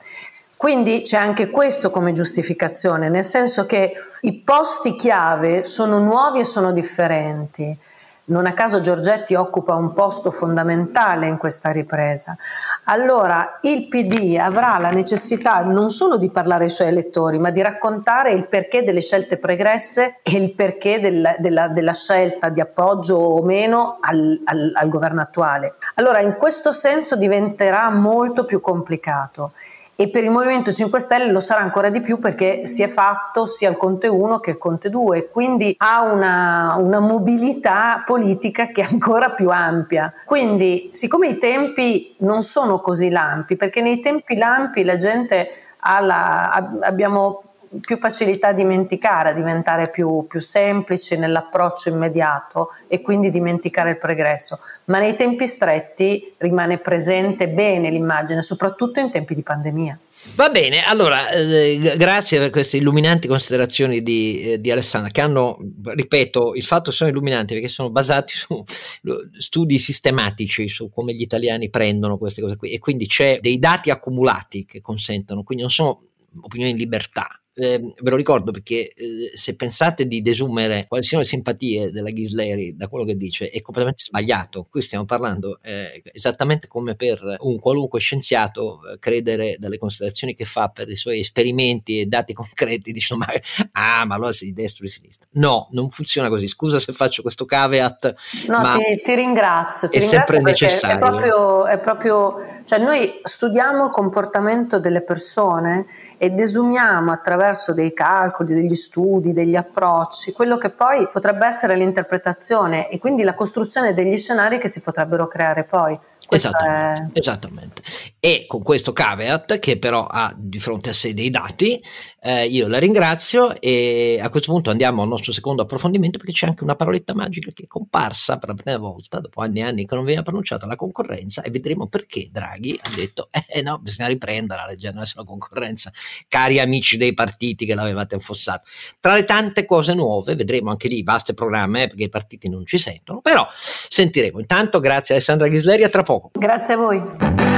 Quindi c'è anche questo come giustificazione, nel senso che i posti chiave sono nuovi e sono differenti. Non a caso Giorgetti occupa un posto fondamentale in questa ripresa. Allora il P D avrà la necessità non solo di parlare ai suoi elettori, ma di raccontare il perché delle scelte pregresse e il perché del, della, della scelta di appoggio o meno al, al, al governo attuale. Allora in questo senso diventerà molto più complicato. E per il Movimento cinque Stelle lo sarà ancora di più, perché si è fatto sia il Conte uno che il Conte due, quindi ha una, una mobilità politica che è ancora più ampia. Quindi siccome i tempi non sono così lampi, perché nei tempi lampi la gente ha la, abbiamo più facilità a dimenticare, a diventare più, più semplici nell'approccio immediato e quindi dimenticare il pregresso, ma nei tempi stretti rimane presente bene l'immagine, soprattutto in tempi di pandemia. Va bene, allora eh, grazie per queste illuminanti considerazioni di, eh, di Alessandra, che hanno, ripeto, il fatto che sono illuminanti perché sono basati su studi sistematici su come gli italiani prendono queste cose qui, e quindi c'è dei dati accumulati che consentono, quindi non sono opinioni in libertà. Eh, ve lo ricordo perché eh, se pensate di desumere quali siano le simpatie della Ghisleri da quello che dice è completamente sbagliato. Qui stiamo parlando eh, esattamente come per un qualunque scienziato eh, credere dalle considerazioni che fa per i suoi esperimenti e dati concreti, dice ma, ah ma allora sei di destra o di sinistra. No, non funziona così, scusa se faccio questo caveat, no, ma ti, ti ringrazio ti è ringrazio sempre necessario. È proprio, è proprio, cioè noi studiamo il comportamento delle persone e desumiamo attraverso dei calcoli, degli studi, degli approcci, quello che poi potrebbe essere l'interpretazione e quindi la costruzione degli scenari che si potrebbero creare poi. Esattamente, è... esattamente. E con questo caveat, che però ha di fronte a sé dei dati, eh, io la ringrazio e a questo punto andiamo al nostro secondo approfondimento, perché c'è anche una paroletta magica che è comparsa per la prima volta dopo anni e anni che non veniva pronunciata, la concorrenza, e vedremo perché Draghi ha detto eh no, bisogna riprenderla, leggerla sulla concorrenza, cari amici dei partiti che l'avevate affossato. Tra le tante cose nuove, vedremo anche lì vaste programme, eh, perché i partiti non ci sentono, però sentiremo. Intanto grazie a Alessandra Ghisleri, a tra poco. Grazie a voi.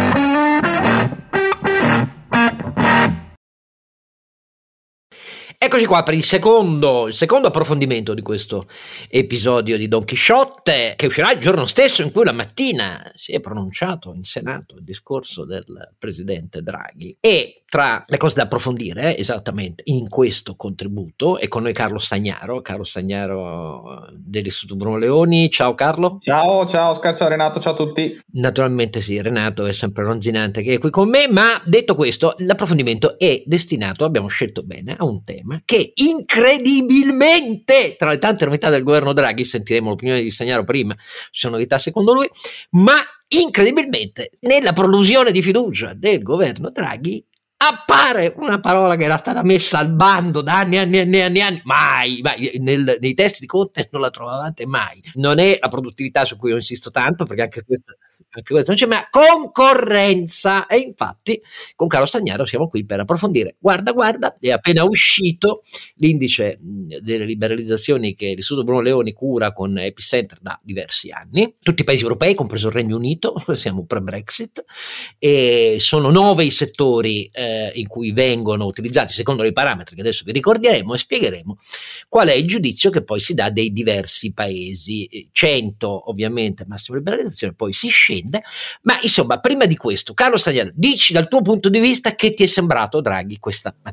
Eccoci qua per il secondo, il secondo approfondimento di questo episodio di Don Chisciotte, che uscirà il giorno stesso in cui la mattina si è pronunciato in Senato il discorso del presidente Draghi. E tra le cose da approfondire, eh, esattamente in questo contributo, è con noi Carlo Stagnaro, Carlo Stagnaro dell'Istituto Bruno Leoni. Ciao Carlo. Ciao, ciao Oscar, ciao Renato, ciao a tutti. Naturalmente sì, Renato è sempre ronzinante che è qui con me, ma detto questo, l'approfondimento è destinato, abbiamo scelto bene, a un tema che incredibilmente, tra le tante novità del governo Draghi, sentiremo l'opinione di Stagnaro prima, ci sono novità secondo lui, ma incredibilmente nella prolusione di fiducia del governo Draghi appare una parola che era stata messa al bando da anni e anni e anni, anni, anni, mai, mai nel, nei testi di Conte non la trovavate mai. Non è la produttività su cui io insisto tanto, perché anche questa, anche questo non c'è, ma concorrenza. E infatti con Carlo Stagnaro siamo qui per approfondire. Guarda, guarda, è appena uscito l'indice delle liberalizzazioni che l'Istituto Bruno Leoni cura con Epicenter da diversi anni. Tutti i paesi europei, compreso il Regno Unito, siamo pre-Brexit, e sono nove i settori eh, in cui vengono utilizzati secondo dei parametri che adesso vi ricorderemo e spiegheremo qual è il giudizio che poi si dà dei diversi paesi. cento ovviamente massima liberalizzazione, poi si scende, ma insomma prima di questo Carlo Stagnaro, dici dal tuo punto di vista che ti è sembrato Draghi questa mattina.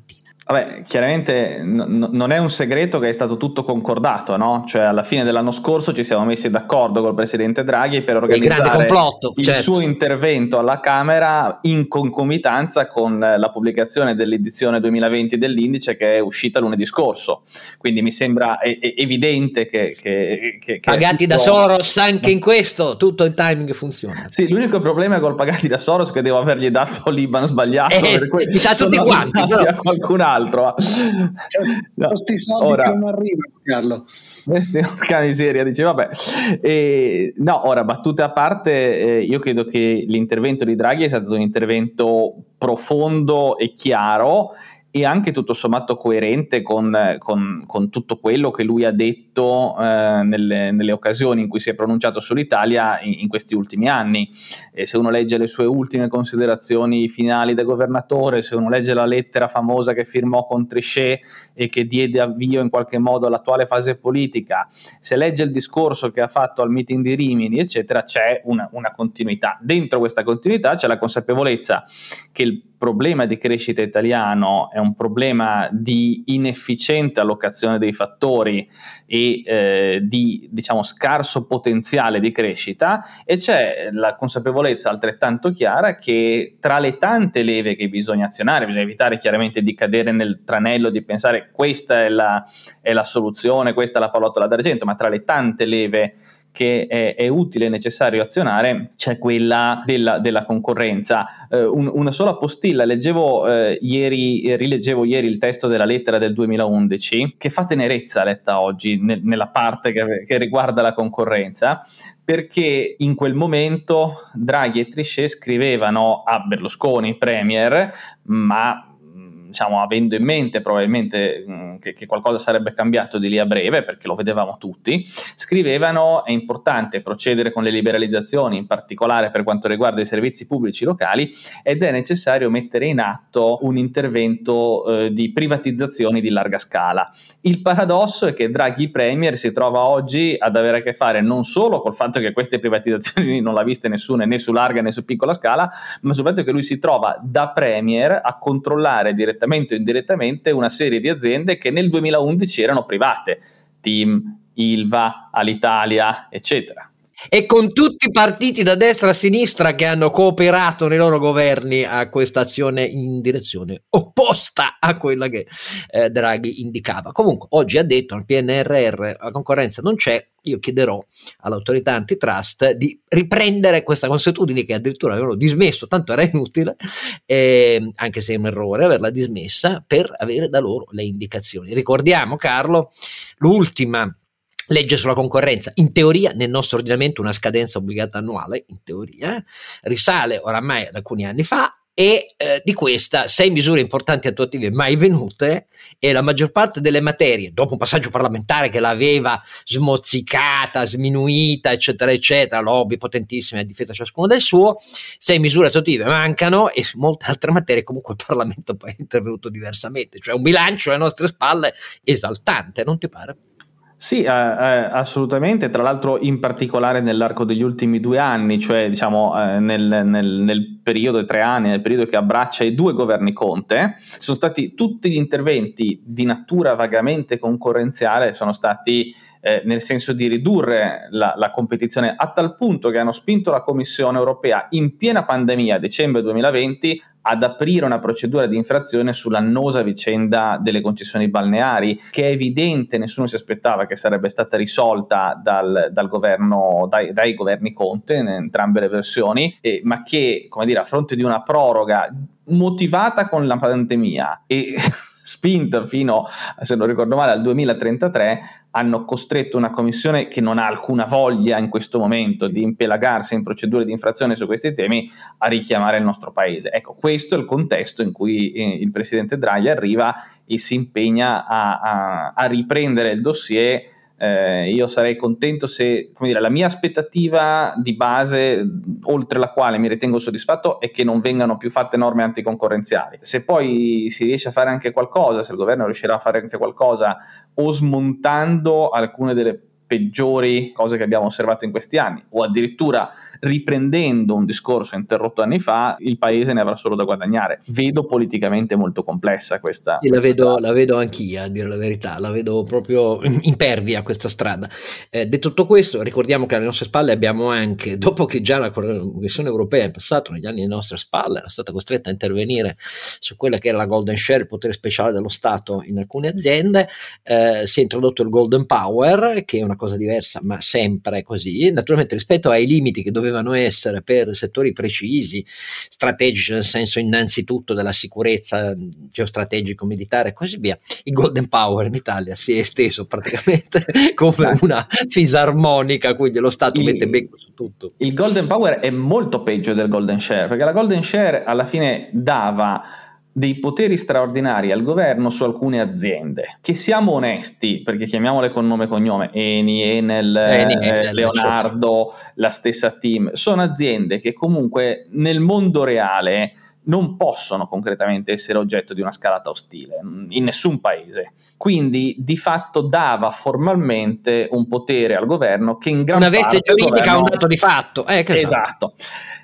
Vabbè, chiaramente n- non è un segreto che è stato tutto concordato, no? Cioè alla fine dell'anno scorso ci siamo messi d'accordo col presidente Draghi per organizzare il, complotto, il certo. suo intervento alla Camera in concomitanza con la pubblicazione dell'edizione duemilaventi dell'Indice, che è uscita lunedì scorso. Quindi mi sembra e- e- evidente che, che, che, che pagati tutto... da Soros anche in questo, tutto il timing funziona. Sì, l'unico problema col pagati da Soros è che devo avergli dato l'Iban sbagliato, Eh, per cui mi sa tutti quanti, però. a qualcun altro. No. Questi soldi ora, che non arrivano, Carlo. Questi cani di seria, dice vabbè. E, no, ora battute a parte, eh, io credo che l'intervento di Draghi è stato un intervento profondo e chiaro e anche tutto sommato coerente con, con, con tutto quello che lui ha detto eh, nelle, nelle occasioni in cui si è pronunciato sull'Italia in, in questi ultimi anni. E se uno legge le sue ultime considerazioni finali da governatore, se uno legge la lettera famosa che firmò con Trichet e che diede avvio in qualche modo all'attuale fase politica, se legge il discorso che ha fatto al meeting di Rimini, eccetera, c'è una, una continuità. Dentro questa continuità c'è la consapevolezza che il problema di crescita italiano è un problema di inefficiente allocazione dei fattori e eh, di, diciamo, scarso potenziale di crescita, e c'è la consapevolezza altrettanto chiara che tra le tante leve che bisogna azionare, bisogna evitare chiaramente di cadere nel tranello di pensare questa è la, è la soluzione, questa è la pallottola d'argento, ma tra le tante leve che è, è utile e necessario azionare c'è quella della, della concorrenza. Eh, un, una sola postilla, leggevo eh, ieri, rileggevo ieri il testo della lettera del duemilaundici, che fa tenerezza letta oggi nel, nella parte che, che riguarda la concorrenza, perché in quel momento Draghi e Trichet scrivevano a Berlusconi, premier, ma diciamo avendo in mente probabilmente mh, che, che qualcosa sarebbe cambiato di lì a breve, perché lo vedevamo tutti, scrivevano: è importante procedere con le liberalizzazioni, in particolare per quanto riguarda i servizi pubblici locali, ed è necessario mettere in atto un intervento eh, di privatizzazioni di larga scala. Il paradosso è che Draghi Premier si trova oggi ad avere a che fare non solo col fatto che queste privatizzazioni non l'ha viste nessuna, né su larga né su piccola scala, ma soprattutto che lui si trova da Premier a controllare direttamente o indirettamente una serie di aziende che nel duemilaundici erano private, TIM, Ilva, Alitalia, eccetera. E con tutti i partiti da destra a sinistra che hanno cooperato nei loro governi a questa azione in direzione opposta a quella che eh, Draghi indicava. Comunque oggi ha detto al P N R R la concorrenza non c'è. Io chiederò all'autorità antitrust di riprendere questa consuetudine che addirittura avevano dismesso, tanto era inutile, eh, anche se è un errore averla dismessa, per avere da loro le indicazioni. Ricordiamo, Carlo, l'ultima legge sulla concorrenza, in teoria nel nostro ordinamento una scadenza obbligata annuale, in teoria, risale oramai ad alcuni anni fa, e eh, di questa sei misure importanti attuative mai venute, e la maggior parte delle materie, dopo un passaggio parlamentare che l'aveva smozzicata, sminuita, eccetera eccetera, lobby potentissime a difesa ciascuno del suo, sei misure attuative mancano, e su molte altre materie comunque il Parlamento poi è intervenuto diversamente, cioè un bilancio alle nostre spalle esaltante, non ti pare? Sì, eh, eh, assolutamente, tra l'altro in particolare nell'arco degli ultimi due anni, cioè diciamo eh, nel, nel, nel periodo di tre anni, nel periodo che abbraccia i due governi Conte, sono stati tutti gli interventi di natura vagamente concorrenziale, sono stati eh, nel senso di ridurre la, la competizione, a tal punto che hanno spinto la Commissione europea in piena pandemia, dicembre duemilaventi, ad aprire una procedura di infrazione sull'annosa vicenda delle concessioni balneari, che è evidente, nessuno si aspettava che sarebbe stata risolta dal, dal governo, dai, dai governi Conte, in entrambe le versioni, eh, ma che, come dire, a fronte di una proroga motivata con la pandemia e spinta fino, se non ricordo male, al duemilatrentatré, hanno costretto una commissione che non ha alcuna voglia in questo momento di impelagarsi in procedure di infrazione su questi temi a richiamare il nostro paese. Ecco, questo è il contesto in cui eh, il presidente Draghi arriva e si impegna a, a, a riprendere il dossier. Eh, io sarei contento se, come dire, la mia aspettativa di base, oltre la quale mi ritengo soddisfatto, è che non vengano più fatte norme anticoncorrenziali. Se poi si riesce a fare anche qualcosa, se il governo riuscirà a fare anche qualcosa o smontando alcune delle peggiori cose che abbiamo osservato in questi anni, o addirittura riprendendo un discorso interrotto anni fa, il paese ne avrà solo da guadagnare. Vedo politicamente molto complessa questa. Sì, la, questa vedo, la vedo anch'io, a dire la verità, la vedo proprio impervia questa strada. Eh, detto tutto questo, ricordiamo che alle nostre spalle abbiamo anche, dopo che già la Commissione europea in passato, negli anni alle nostre spalle, era stata costretta a intervenire su quella che era la golden share, il potere speciale dello Stato in alcune aziende, eh, si è introdotto il golden power, che è una cosa diversa, ma sempre così, naturalmente rispetto ai limiti che dovevano essere per settori precisi, strategici nel senso innanzitutto della sicurezza geostrategico militare e così via. Il golden power in Italia si è esteso praticamente come una fisarmonica, quindi lo Stato il, mette becco su tutto. Il golden power è molto peggio del golden share, perché la golden share alla fine dava dei poteri straordinari al governo su alcune aziende, che siamo onesti, perché chiamiamole con nome e cognome, Eni, Enel, Eni, eh, Enel Leonardo, certo. La stessa Team, sono aziende che comunque nel mondo reale non possono concretamente essere oggetto di una scalata ostile in nessun paese, quindi di fatto dava formalmente un potere al governo che in gran una veste parte giuridica governo... un dato di fatto, eh, che esatto.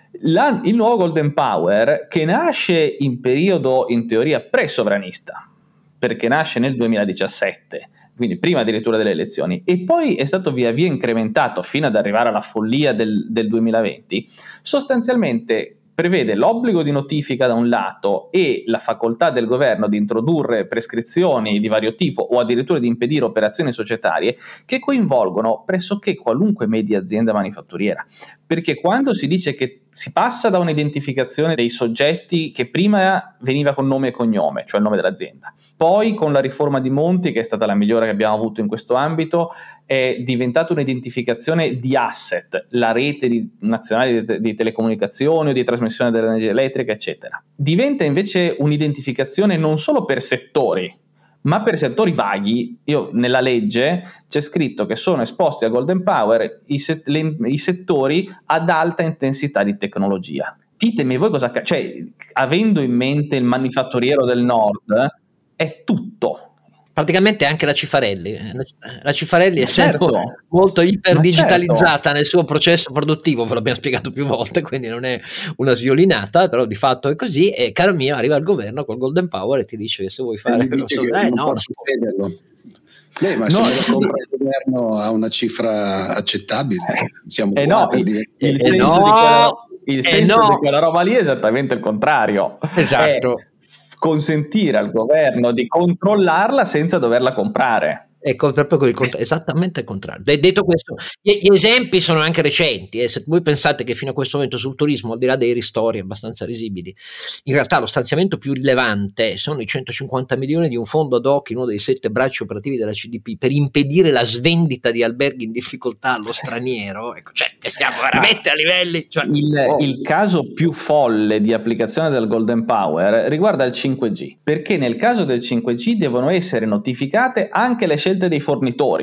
La, il nuovo Golden Power, che nasce in periodo in teoria pre-sovranista, perché nasce nel duemiladiciassette, quindi prima addirittura delle elezioni, e poi è stato via via incrementato fino ad arrivare alla follia del, del duemilaventi, sostanzialmente prevede l'obbligo di notifica da un lato e la facoltà del governo di introdurre prescrizioni di vario tipo o addirittura di impedire operazioni societarie che coinvolgono pressoché qualunque media azienda manifatturiera. Perché quando si dice che si passa da un'identificazione dei soggetti che prima veniva con nome e cognome, cioè il nome dell'azienda, poi con la riforma di Monti, che è stata la migliore che abbiamo avuto in questo ambito, è diventata un'identificazione di asset, la rete di, nazionale di, te, di telecomunicazioni o di trasmissione dell'energia elettrica, eccetera. Diventa invece un'identificazione non solo per settori, ma per settori vaghi. Io nella legge c'è scritto che sono esposti al Golden Power i, set, le, i settori ad alta intensità di tecnologia. Ditemi voi cosa, cioè, avendo in mente il manifatturiero del nord, è tutto. Praticamente anche la Cifarelli, la Cifarelli essendo certo. molto iperdigitalizzata certo. nel suo processo produttivo, ve l'abbiamo spiegato più volte, quindi non è una sviolinata, però di fatto è così. E caro mio, arriva il governo col Golden Power e ti dice che se vuoi fare, non so, eh, non no, posso crederlo. Beh, ma no, se lo compra il governo a una cifra accettabile, siamo eh no, il, il eh senso, no, di, quella, il eh senso no. di quella roba lì è esattamente il contrario. Esatto. È consentire al governo di controllarla senza doverla comprare. Ecco, proprio il cont- esattamente il contrario. De- detto questo, gli, gli esempi sono anche recenti. Eh. Se voi pensate che fino a questo momento sul turismo, al di là dei ristori abbastanza risibili, in realtà lo stanziamento più rilevante sono i centocinquanta milioni di un fondo ad hoc in uno dei sette bracci operativi della C D P per impedire la svendita di alberghi in difficoltà allo straniero. Ecco, cioè, siamo veramente a livelli. Cioè, il, oh. il caso più folle di applicazione del Golden Power riguarda il cinque G, perché nel caso del cinque G devono essere notificate anche le scelte dei fornitori,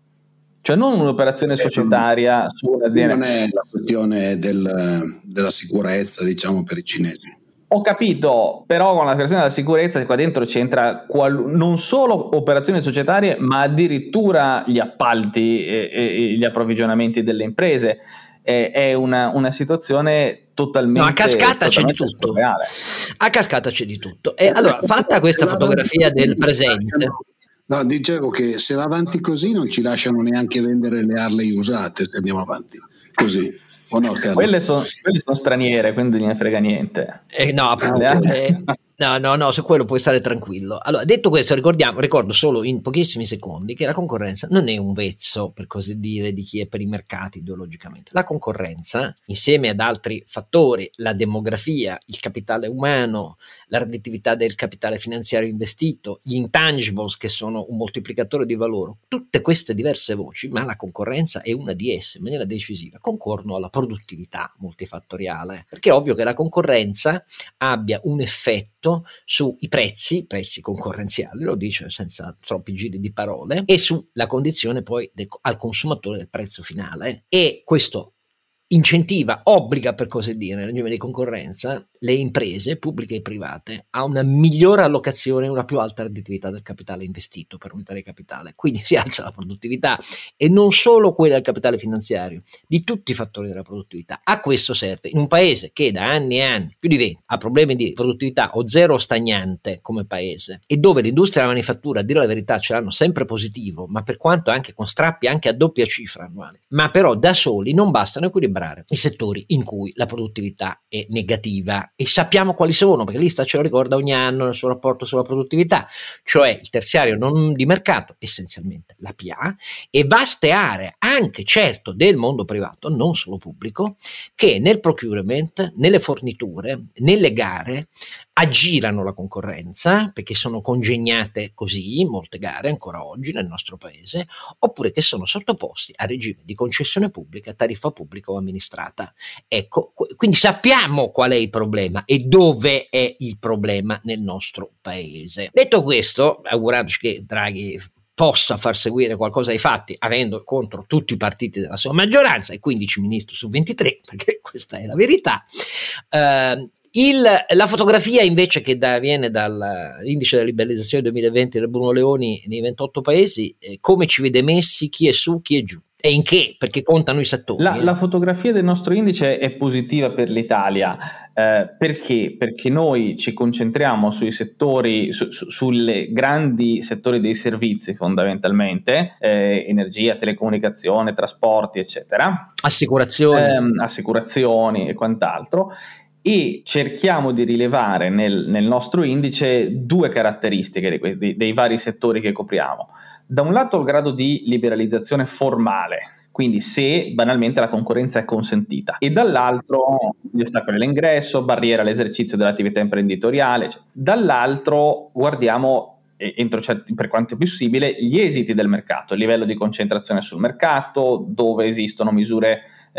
cioè non un'operazione societaria su un'azienda. Non è la questione del, della sicurezza, diciamo, per i cinesi. Ho capito, però con la questione della sicurezza qua dentro c'entra qual- non solo operazioni societarie, ma addirittura gli appalti e, e gli approvvigionamenti delle imprese. È, è una, una situazione totalmente, no, a cascata c'è di tutto. Surreale. A cascata c'è di tutto. E allora, fatta questa fotografia del presente. No, dicevo che se va avanti così non ci lasciano neanche vendere le Harley usate se andiamo avanti così. O no, quelle sono son straniere, quindi non ne frega niente. Eh, no, appunto, eh, no, no, no, su quello puoi stare tranquillo. Allora, detto questo, ricordiamo, ricordo solo in pochissimi secondi che la concorrenza non è un vezzo, per così dire, di chi è per i mercati ideologicamente. La concorrenza, insieme ad altri fattori, la demografia, il capitale umano, la redditività del capitale finanziario investito, gli intangibles che sono un moltiplicatore di valore, tutte queste diverse voci, ma la concorrenza è una di esse, in maniera decisiva, concorrono alla produttività multifattoriale, perché è ovvio che la concorrenza abbia un effetto sui prezzi, prezzi concorrenziali, lo dice senza troppi giri di parole, e sulla condizione poi del, al consumatore del prezzo finale. E questo incentiva, obbliga per così dire, nel regime di concorrenza, le imprese pubbliche e private a una migliore allocazione, una più alta redditività del capitale investito per unità di capitale. Quindi si alza la produttività, e non solo quella del capitale finanziario, di tutti i fattori della produttività. A questo serve in un paese che da anni e anni, più di venti, ha problemi di produttività o zero stagnante come paese, e dove l'industria e la manifattura, a dire la verità, ce l'hanno sempre positivo, ma per quanto anche con strappi anche a doppia cifra annuale, ma però da soli non bastano equilibrare i settori in cui la produttività è negativa, e sappiamo quali sono, perché l'Istat ce lo ricorda ogni anno nel suo rapporto sulla produttività, cioè il terziario non di mercato, essenzialmente la P A, e vaste aree anche certo del mondo privato, non solo pubblico, che nel procurement, nelle forniture, nelle gare aggirano la concorrenza, perché sono congegnate così molte gare ancora oggi nel nostro paese, oppure che sono sottoposti a regime di concessione pubblica, tariffa pubblica o amministrata. Ecco, quindi sappiamo qual è il problema e dove è il problema nel nostro paese. Detto questo, augurandoci che Draghi possa far seguire qualcosa ai fatti, avendo contro tutti i partiti della sua maggioranza e quindici ministri su ventitré, perché questa è la verità. Eh, il, la fotografia invece che da, viene dall'indice della liberalizzazione duemilaventi del Bruno Leoni nei ventotto paesi, eh, come ci vede messi, chi è su, chi è giù. E in che? Perché contano i settori. La, eh. la fotografia del nostro indice è positiva per l'Italia. Eh, perché? Perché noi ci concentriamo sui settori, su, su, sulle grandi settori dei servizi fondamentalmente, eh, energia, telecomunicazione, trasporti, eccetera. Assicurazioni. Eh, assicurazioni e quant'altro. E cerchiamo di rilevare nel, nel nostro indice due caratteristiche dei, dei, dei vari settori che copriamo. Da un lato il grado di liberalizzazione formale, quindi se banalmente la concorrenza è consentita, e dall'altro gli ostacoli all'ingresso, barriere all'esercizio dell'attività imprenditoriale. Dall'altro guardiamo, entro certi, per quanto è possibile, gli esiti del mercato, il livello di concentrazione sul mercato, dove esistono misure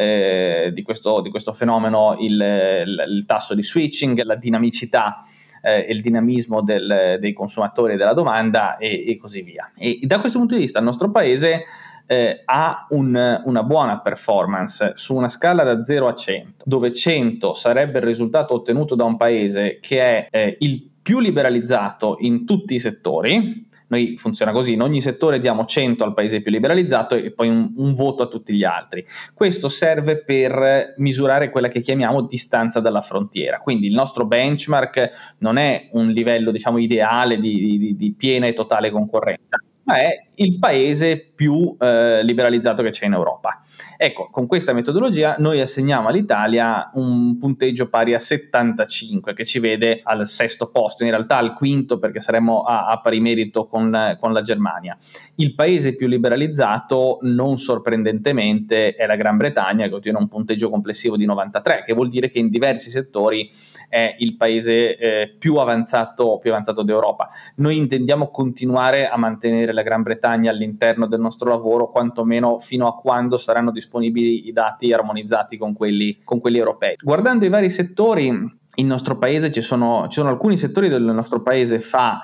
eh, di, questo, di questo fenomeno, il, il, il tasso di switching, la dinamicità e il dinamismo del, dei consumatori e della domanda e, e così via. E da questo punto di vista il nostro paese eh, ha un, una buona performance su una scala da zero a cento, dove cento sarebbe il risultato ottenuto da un paese che è eh, il più liberalizzato in tutti i settori. Noi funziona così, in ogni settore diamo cento al paese più liberalizzato e poi un, un voto a tutti gli altri. Questo serve per misurare quella che chiamiamo distanza dalla frontiera, quindi il nostro benchmark non è un livello, diciamo, ideale di, di, di piena e totale concorrenza, ma è il paese più eh, liberalizzato che c'è in Europa. Ecco, con questa metodologia noi assegniamo all'Italia un punteggio pari a settantacinque, che ci vede al sesto posto, in realtà al quinto, perché saremmo a, a pari merito con, con la Germania. Il paese più liberalizzato, non sorprendentemente, è la Gran Bretagna, che ottiene un punteggio complessivo di novantatré, che vuol dire che in diversi settori è il paese eh, più avanzato, più avanzato d'Europa. Noi intendiamo continuare a mantenere la Gran Bretagna all'interno del nostro lavoro, quantomeno fino a quando saranno disponibili i dati armonizzati con quelli, con quelli europei. Guardando i vari settori, il nostro paese ci sono, ci sono alcuni settori del nostro paese fa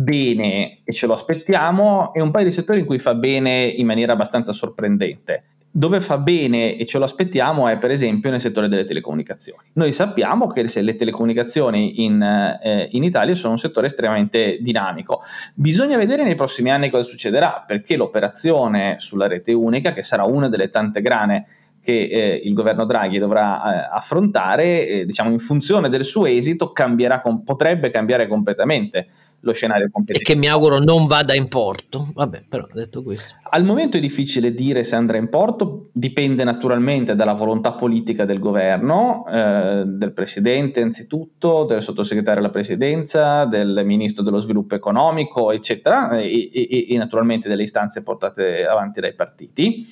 bene e ce lo aspettiamo, e un paio di settori in cui fa bene in maniera abbastanza sorprendente. Dove fa bene e ce lo aspettiamo è per esempio nel settore delle telecomunicazioni. Noi sappiamo che se le telecomunicazioni in, eh, in Italia sono un settore estremamente dinamico. Bisogna vedere nei prossimi anni cosa succederà, perché l'operazione sulla rete unica, che sarà una delle tante grane che eh, il governo Draghi dovrà eh, affrontare, eh, diciamo in funzione del suo esito cambierà, com- potrebbe cambiare completamente lo scenario competitivo. E che mi auguro non vada in porto. Vabbè, però detto questo. Al momento è difficile dire se andrà in porto, dipende naturalmente dalla volontà politica del governo, eh, del presidente anzitutto, del sottosegretario alla presidenza, del ministro dello sviluppo economico, eccetera, e, e, e naturalmente delle istanze portate avanti dai partiti.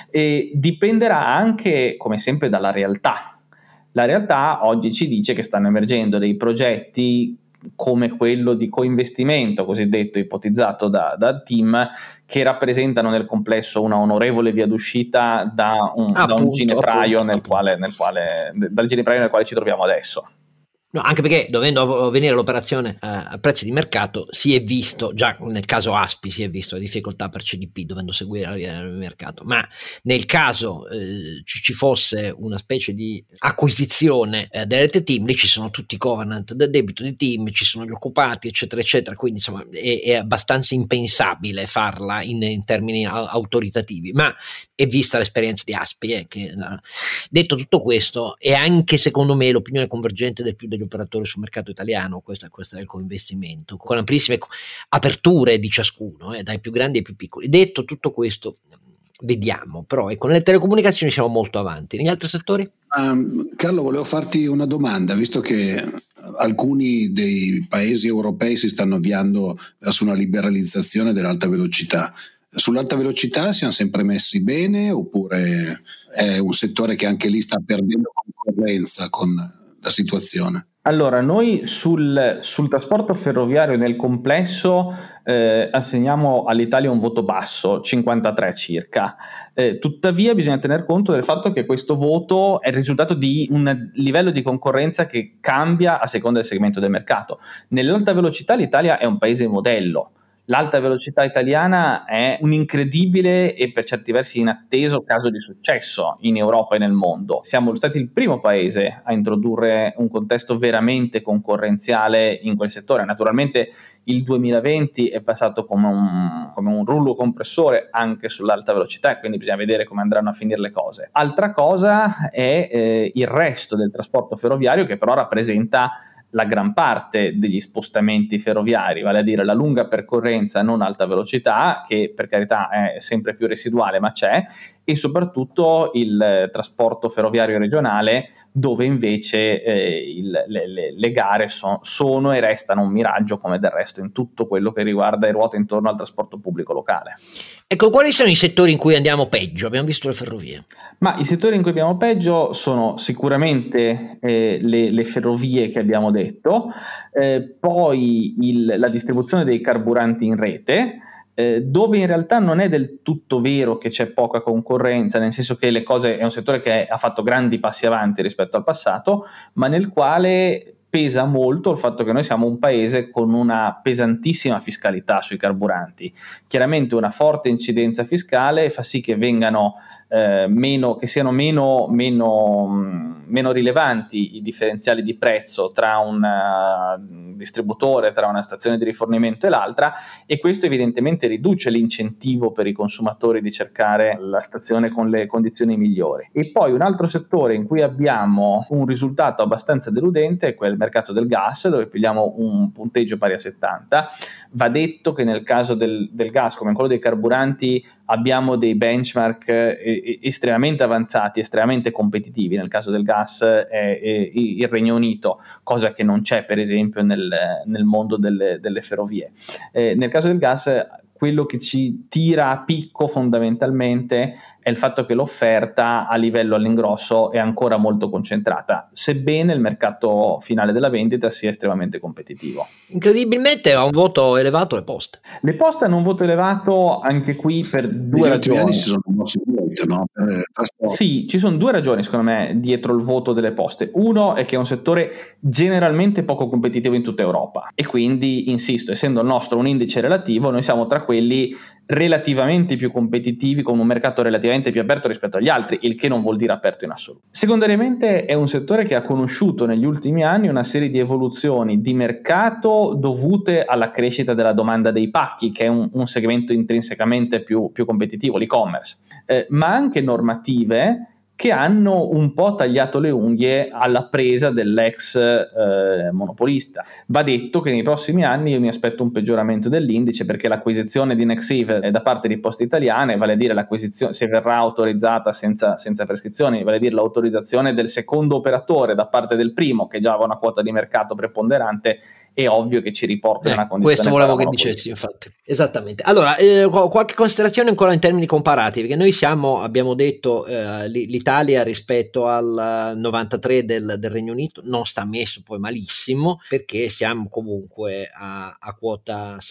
E dipenderà anche, come sempre, dalla realtà. La realtà oggi ci dice che stanno emergendo dei progetti come quello di coinvestimento cosiddetto ipotizzato da, da team, che rappresentano nel complesso una onorevole via d'uscita da un, appunto, da un ginepraio appunto, nel, appunto. Quale, nel quale dal ginepraio nel quale ci troviamo adesso. No, anche perché dovendo avvenire l'operazione eh, a prezzi di mercato si è visto, già nel caso Aspi si è visto la difficoltà per C D P dovendo seguire la via del mercato, ma nel caso eh, ci, ci fosse una specie di acquisizione eh, delle T I M, lì ci sono tutti i covenant del debito di T I M, ci sono gli occupati eccetera eccetera, quindi insomma è, è abbastanza impensabile farla in, in termini a, autoritativi, ma è vista l'esperienza di Aspi eh, che, la, detto tutto questo, è anche secondo me l'opinione convergente del più degli operatori sul mercato italiano, questo, questo è il coinvestimento, con amplissime aperture di ciascuno, eh, dai più grandi ai più piccoli. Detto tutto questo, vediamo, però ecco, nelle telecomunicazioni siamo molto avanti. Negli altri settori? Um, Carlo, volevo farti una domanda, visto che alcuni dei paesi europei si stanno avviando verso una liberalizzazione dell'alta velocità. Sull'alta velocità siamo sempre messi bene oppure è un settore che anche lì sta perdendo concorrenza con la situazione? Allora, noi sul, sul trasporto ferroviario nel complesso eh, assegniamo all'Italia un voto basso, cinquantatré circa. Eh, tuttavia bisogna tener conto del fatto che questo voto è il risultato di un livello di concorrenza che cambia a seconda del segmento del mercato. Nell'alta velocità l'Italia è un paese modello. L'alta velocità italiana è un incredibile e per certi versi inatteso caso di successo in Europa e nel mondo. Siamo stati il primo paese a introdurre un contesto veramente concorrenziale in quel settore. Naturalmente il duemilaventi è passato come un, come un rullo compressore anche sull'alta velocità e quindi bisogna vedere come andranno a finire le cose. Altra cosa è eh, il resto del trasporto ferroviario, che però rappresenta la gran parte degli spostamenti ferroviari, vale a dire la lunga percorrenza non alta velocità, che per carità è sempre più residuale ma c'è, e soprattutto il trasporto ferroviario regionale, dove invece eh, il, le, le, le gare so, sono e restano un miraggio, come del resto in tutto quello che riguarda e ruota intorno al trasporto pubblico locale. Ecco, quali sono i settori in cui andiamo peggio? Abbiamo visto le ferrovie. Ma i settori in cui abbiamo peggio sono sicuramente eh, le, le ferrovie che abbiamo detto, eh, poi il, la distribuzione dei carburanti in rete, eh, dove in realtà non è del tutto vero che c'è poca concorrenza, nel senso che le cose è un settore che ha fatto grandi passi avanti rispetto al passato, ma nel quale pesa molto il fatto che noi siamo un paese con una pesantissima fiscalità sui carburanti. Chiaramente una forte incidenza fiscale fa sì che vengano eh, meno, che siano meno, meno, meno rilevanti i differenziali di prezzo tra un uh, distributore, tra una stazione di rifornimento e l'altra, e questo evidentemente riduce l'incentivo per i consumatori di cercare la stazione con le condizioni migliori. E poi un altro settore in cui abbiamo un risultato abbastanza deludente è quel mercato del gas, dove pigliamo un punteggio pari a settanta. Va detto che nel caso del, del gas, come in quello dei carburanti, abbiamo dei benchmark eh, estremamente avanzati, estremamente competitivi. Nel caso del gas è, è il Regno Unito, cosa che non c'è per esempio nel, nel mondo delle, delle ferrovie. Eh, nel caso del gas, quello che ci tira a picco fondamentalmente è il fatto che l'offerta a livello all'ingrosso è ancora molto concentrata, sebbene il mercato finale della vendita sia estremamente competitivo. Incredibilmente ha un voto elevato le poste. Le poste hanno un voto elevato anche qui per due Negli ragioni. anni si sono mossi molto, no? Per sì, ci sono due ragioni secondo me dietro il voto delle poste. Uno è che è un settore generalmente poco competitivo in tutta Europa e quindi, insisto, essendo il nostro un indice relativo, noi siamo tra quelli relativamente più competitivi, con un mercato relativamente più aperto rispetto agli altri, il che non vuol dire aperto in assoluto. Secondariamente è un settore che ha conosciuto negli ultimi anni una serie di evoluzioni di mercato dovute alla crescita della domanda dei pacchi, che è un, un segmento intrinsecamente più, più competitivo, l'e-commerce, eh, ma anche normative che hanno un po' tagliato le unghie alla presa dell'ex eh, monopolista. Va detto che nei prossimi anni io mi aspetto un peggioramento dell'indice, perché l'acquisizione di Nexive da parte di Poste Italiane, vale a dire l'acquisizione, se verrà autorizzata senza, senza prescrizioni, vale a dire l'autorizzazione del secondo operatore da parte del primo, che già aveva una quota di mercato preponderante, è ovvio che ci riporta eh, in una condizione. Questo volevo che dicessi, infatti. Esattamente. Allora, eh, qualche considerazione ancora in termini comparativi, perché noi siamo, abbiamo detto, eh, l'Italia rispetto al novantatré del, del Regno Unito non sta messo poi malissimo, perché siamo comunque a, a quota settanta,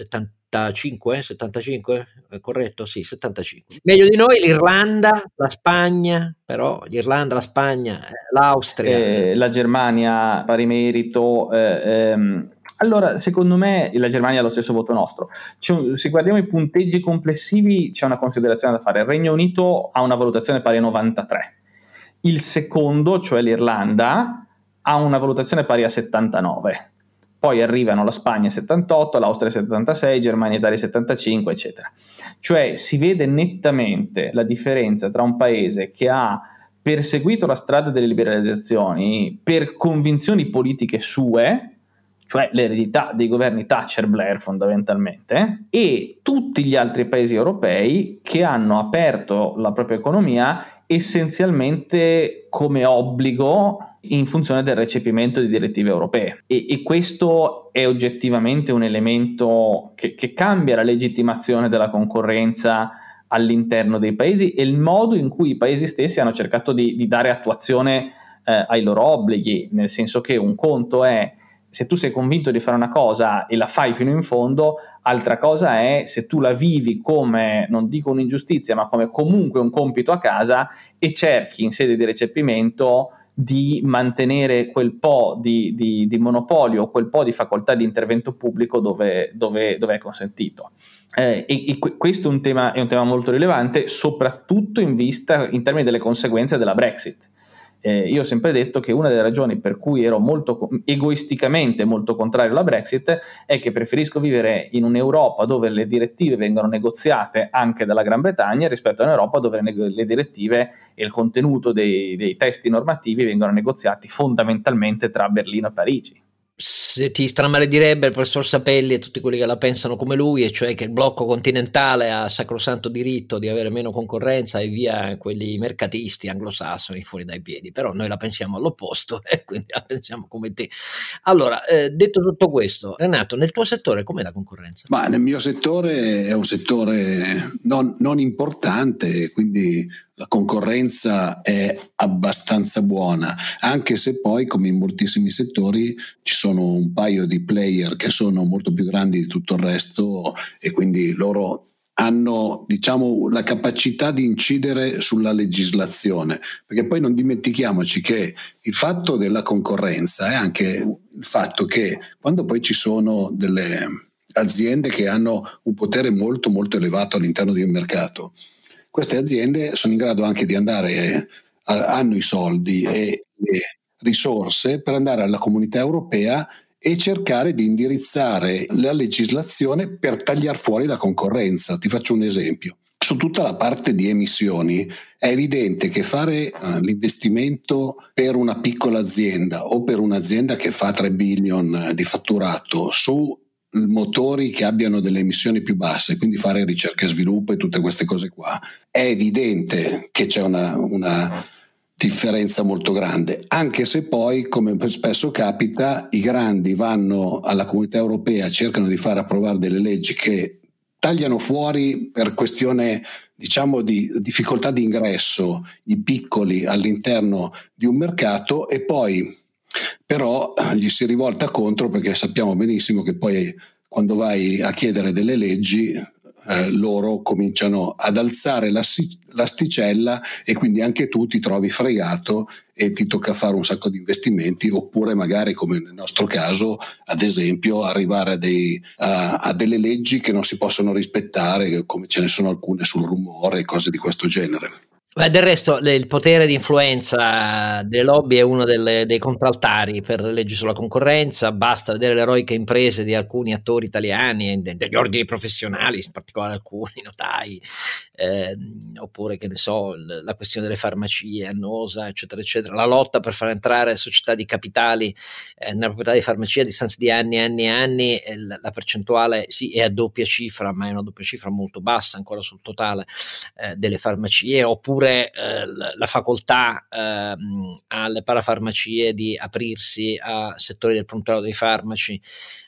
settantacinque, settantacinque, è corretto? Sì, settantacinque. Meglio di noi l'Irlanda, la Spagna, però l'Irlanda, la Spagna, l'Austria. Eh, la Germania, pari merito. Eh, ehm, allora, secondo me la Germania ha lo stesso voto nostro. Cioè, se guardiamo i punteggi complessivi, c'è una considerazione da fare. Il Regno Unito ha una valutazione pari a novantatré. Il secondo, cioè l'Irlanda, ha una valutazione pari a settantanove. Poi arrivano la Spagna settantotto, l'Austria settantasei, Germania Italia settantacinque, eccetera. Cioè si vede nettamente la differenza tra un paese che ha perseguito la strada delle liberalizzazioni per convinzioni politiche sue, cioè l'eredità dei governi Thatcher-Blair fondamentalmente, e tutti gli altri paesi europei che hanno aperto la propria economia essenzialmente come obbligo in funzione del recepimento di direttive europee. E, e questo è oggettivamente un elemento che, che cambia la legittimazione della concorrenza all'interno dei paesi e il modo in cui i paesi stessi hanno cercato di, di dare attuazione eh, ai loro obblighi, nel senso che un conto è se tu sei convinto di fare una cosa e la fai fino in fondo, altra cosa è se tu la vivi come, non dico un'ingiustizia, ma come comunque un compito a casa e cerchi in sede di recepimento di mantenere quel po' di, di, di monopolio, quel po' di facoltà di intervento pubblico dove, dove, dove è consentito. Eh, e, e questo è un tema, è un tema molto rilevante, soprattutto in vista, in termini delle conseguenze della Brexit. Eh, io ho sempre detto che una delle ragioni per cui ero molto egoisticamente molto contrario alla Brexit è che preferisco vivere in un'Europa dove le direttive vengono negoziate anche dalla Gran Bretagna rispetto a un'Europa dove le direttive e il contenuto dei, dei testi normativi vengono negoziati fondamentalmente tra Berlino e Parigi. Se ti stramaledirebbe il professor Sapelli e tutti quelli che la pensano come lui, e cioè che il blocco continentale ha sacrosanto diritto di avere meno concorrenza e via quelli mercatisti anglosassoni fuori dai piedi, però noi la pensiamo all'opposto e quindi la pensiamo come te. Allora, eh, detto tutto questo, Renato, nel tuo settore com'è la concorrenza? Ma nel mio settore è un settore non, non importante, quindi la concorrenza è abbastanza buona, anche se poi, come in moltissimi settori, ci sono un paio di player che sono molto più grandi di tutto il resto e quindi loro hanno, diciamo, la capacità di incidere sulla legislazione, perché poi non dimentichiamoci che il fatto della concorrenza è anche il fatto che quando poi ci sono delle aziende che hanno un potere molto molto elevato all'interno di un mercato, queste aziende sono in grado anche di andare, hanno i soldi e le risorse per andare alla comunità europea e cercare di indirizzare la legislazione per tagliare fuori la concorrenza. Ti faccio un esempio. Su tutta la parte di emissioni è evidente che fare uh, l'investimento per una piccola azienda o per un'azienda che fa tre billion di fatturato su motori che abbiano delle emissioni più basse, quindi fare ricerca e sviluppo e tutte queste cose qua, è evidente che c'è una, una differenza molto grande, anche se poi, come spesso capita, i grandi vanno alla comunità europea, cercano di far approvare delle leggi che tagliano fuori per questione, diciamo, di difficoltà di ingresso i piccoli all'interno di un mercato e poi però gli si rivolta contro, perché sappiamo benissimo che poi quando vai a chiedere delle leggi eh, loro cominciano ad alzare l'asticella e quindi anche tu ti trovi fregato e ti tocca fare un sacco di investimenti, oppure magari, come nel nostro caso, ad esempio arrivare a, dei, a, a delle leggi che non si possono rispettare, come ce ne sono alcune sul rumore e cose di questo genere. Beh, del resto il potere di influenza delle lobby è uno delle, dei contraltari per le leggi sulla concorrenza. Basta vedere le eroiche imprese di alcuni attori italiani, degli ordini professionali, in particolare alcuni notai, eh, oppure che ne so, la questione delle farmacie annosa, eccetera eccetera, la lotta per far entrare società di capitali eh, nella proprietà di farmacia a distanza di anni e anni e anni, eh, la percentuale sì è a doppia cifra, ma è una doppia cifra molto bassa ancora sul totale eh, delle farmacie, oppure la facoltà eh, alle parafarmacie di aprirsi a settori del prontuario dei farmaci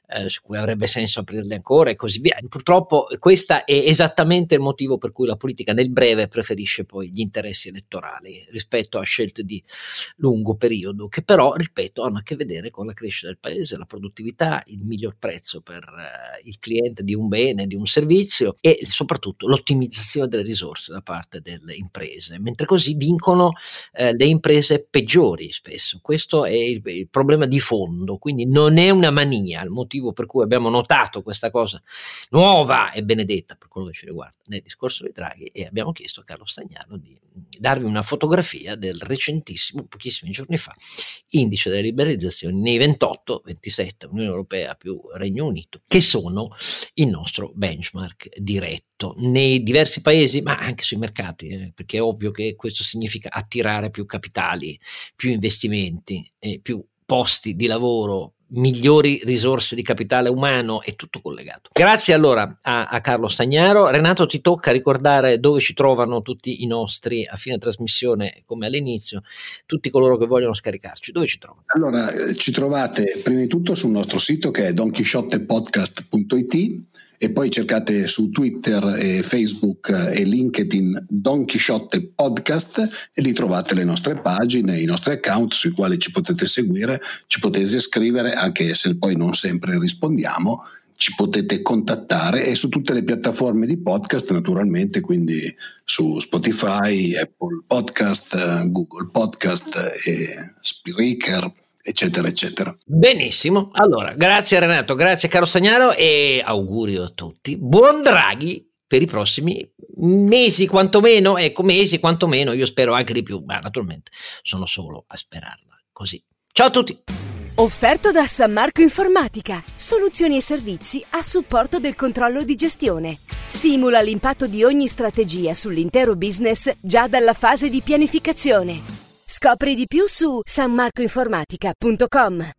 eh, su cui avrebbe senso aprirle ancora e così via. Purtroppo questo è esattamente il motivo per cui la politica nel breve preferisce poi gli interessi elettorali rispetto a scelte di lungo periodo, che però, ripeto, hanno a che vedere con la crescita del paese, la produttività, il miglior prezzo per eh, il cliente di un bene, di un servizio e soprattutto l'ottimizzazione delle risorse da parte delle imprese, mentre così vincono eh, le imprese peggiori spesso. Questo è il, il problema di fondo, quindi non è una mania, il motivo per cui abbiamo notato questa cosa nuova e benedetta per quello che ci riguarda nel discorso di Draghi, e abbiamo chiesto a Carlo Stagnaro di darvi una fotografia del recentissimo, pochissimi giorni fa, indice delle liberalizzazioni nei ventotto, ventisette, Unione Europea più Regno Unito, che sono il nostro benchmark diretto nei diversi paesi, ma anche sui mercati, eh, perché è ovvio che questo significa attirare più capitali, più investimenti e più posti di lavoro, migliori risorse di capitale umano, è tutto collegato. Grazie allora a, a Carlo Stagnaro. Renato, ti tocca ricordare dove ci trovano tutti i nostri, a fine trasmissione come all'inizio, tutti coloro che vogliono scaricarci, dove ci trovano? Allora, eh, ci trovate prima di tutto sul nostro sito che è don chisciotte podcast punto it e poi cercate su Twitter e Facebook e LinkedIn Don Chisciotte Podcast e lì trovate le nostre pagine, i nostri account sui quali ci potete seguire, ci potete scrivere, anche se poi non sempre rispondiamo, ci potete contattare, e su tutte le piattaforme di podcast naturalmente, quindi su Spotify, Apple Podcast, Google Podcast e Spreaker, eccetera eccetera. Benissimo, allora grazie Renato, grazie caro Stagnaro e augurio a tutti buon Draghi per i prossimi mesi quantomeno, ecco mesi quantomeno, io spero anche di più, ma naturalmente sono solo a sperarla così. Ciao a tutti. Offerto da San Marco Informatica, soluzioni e servizi a supporto del controllo di gestione. Simula l'impatto di ogni strategia sull'intero business già dalla fase di pianificazione. Scopri di più su san marco informatica punto com.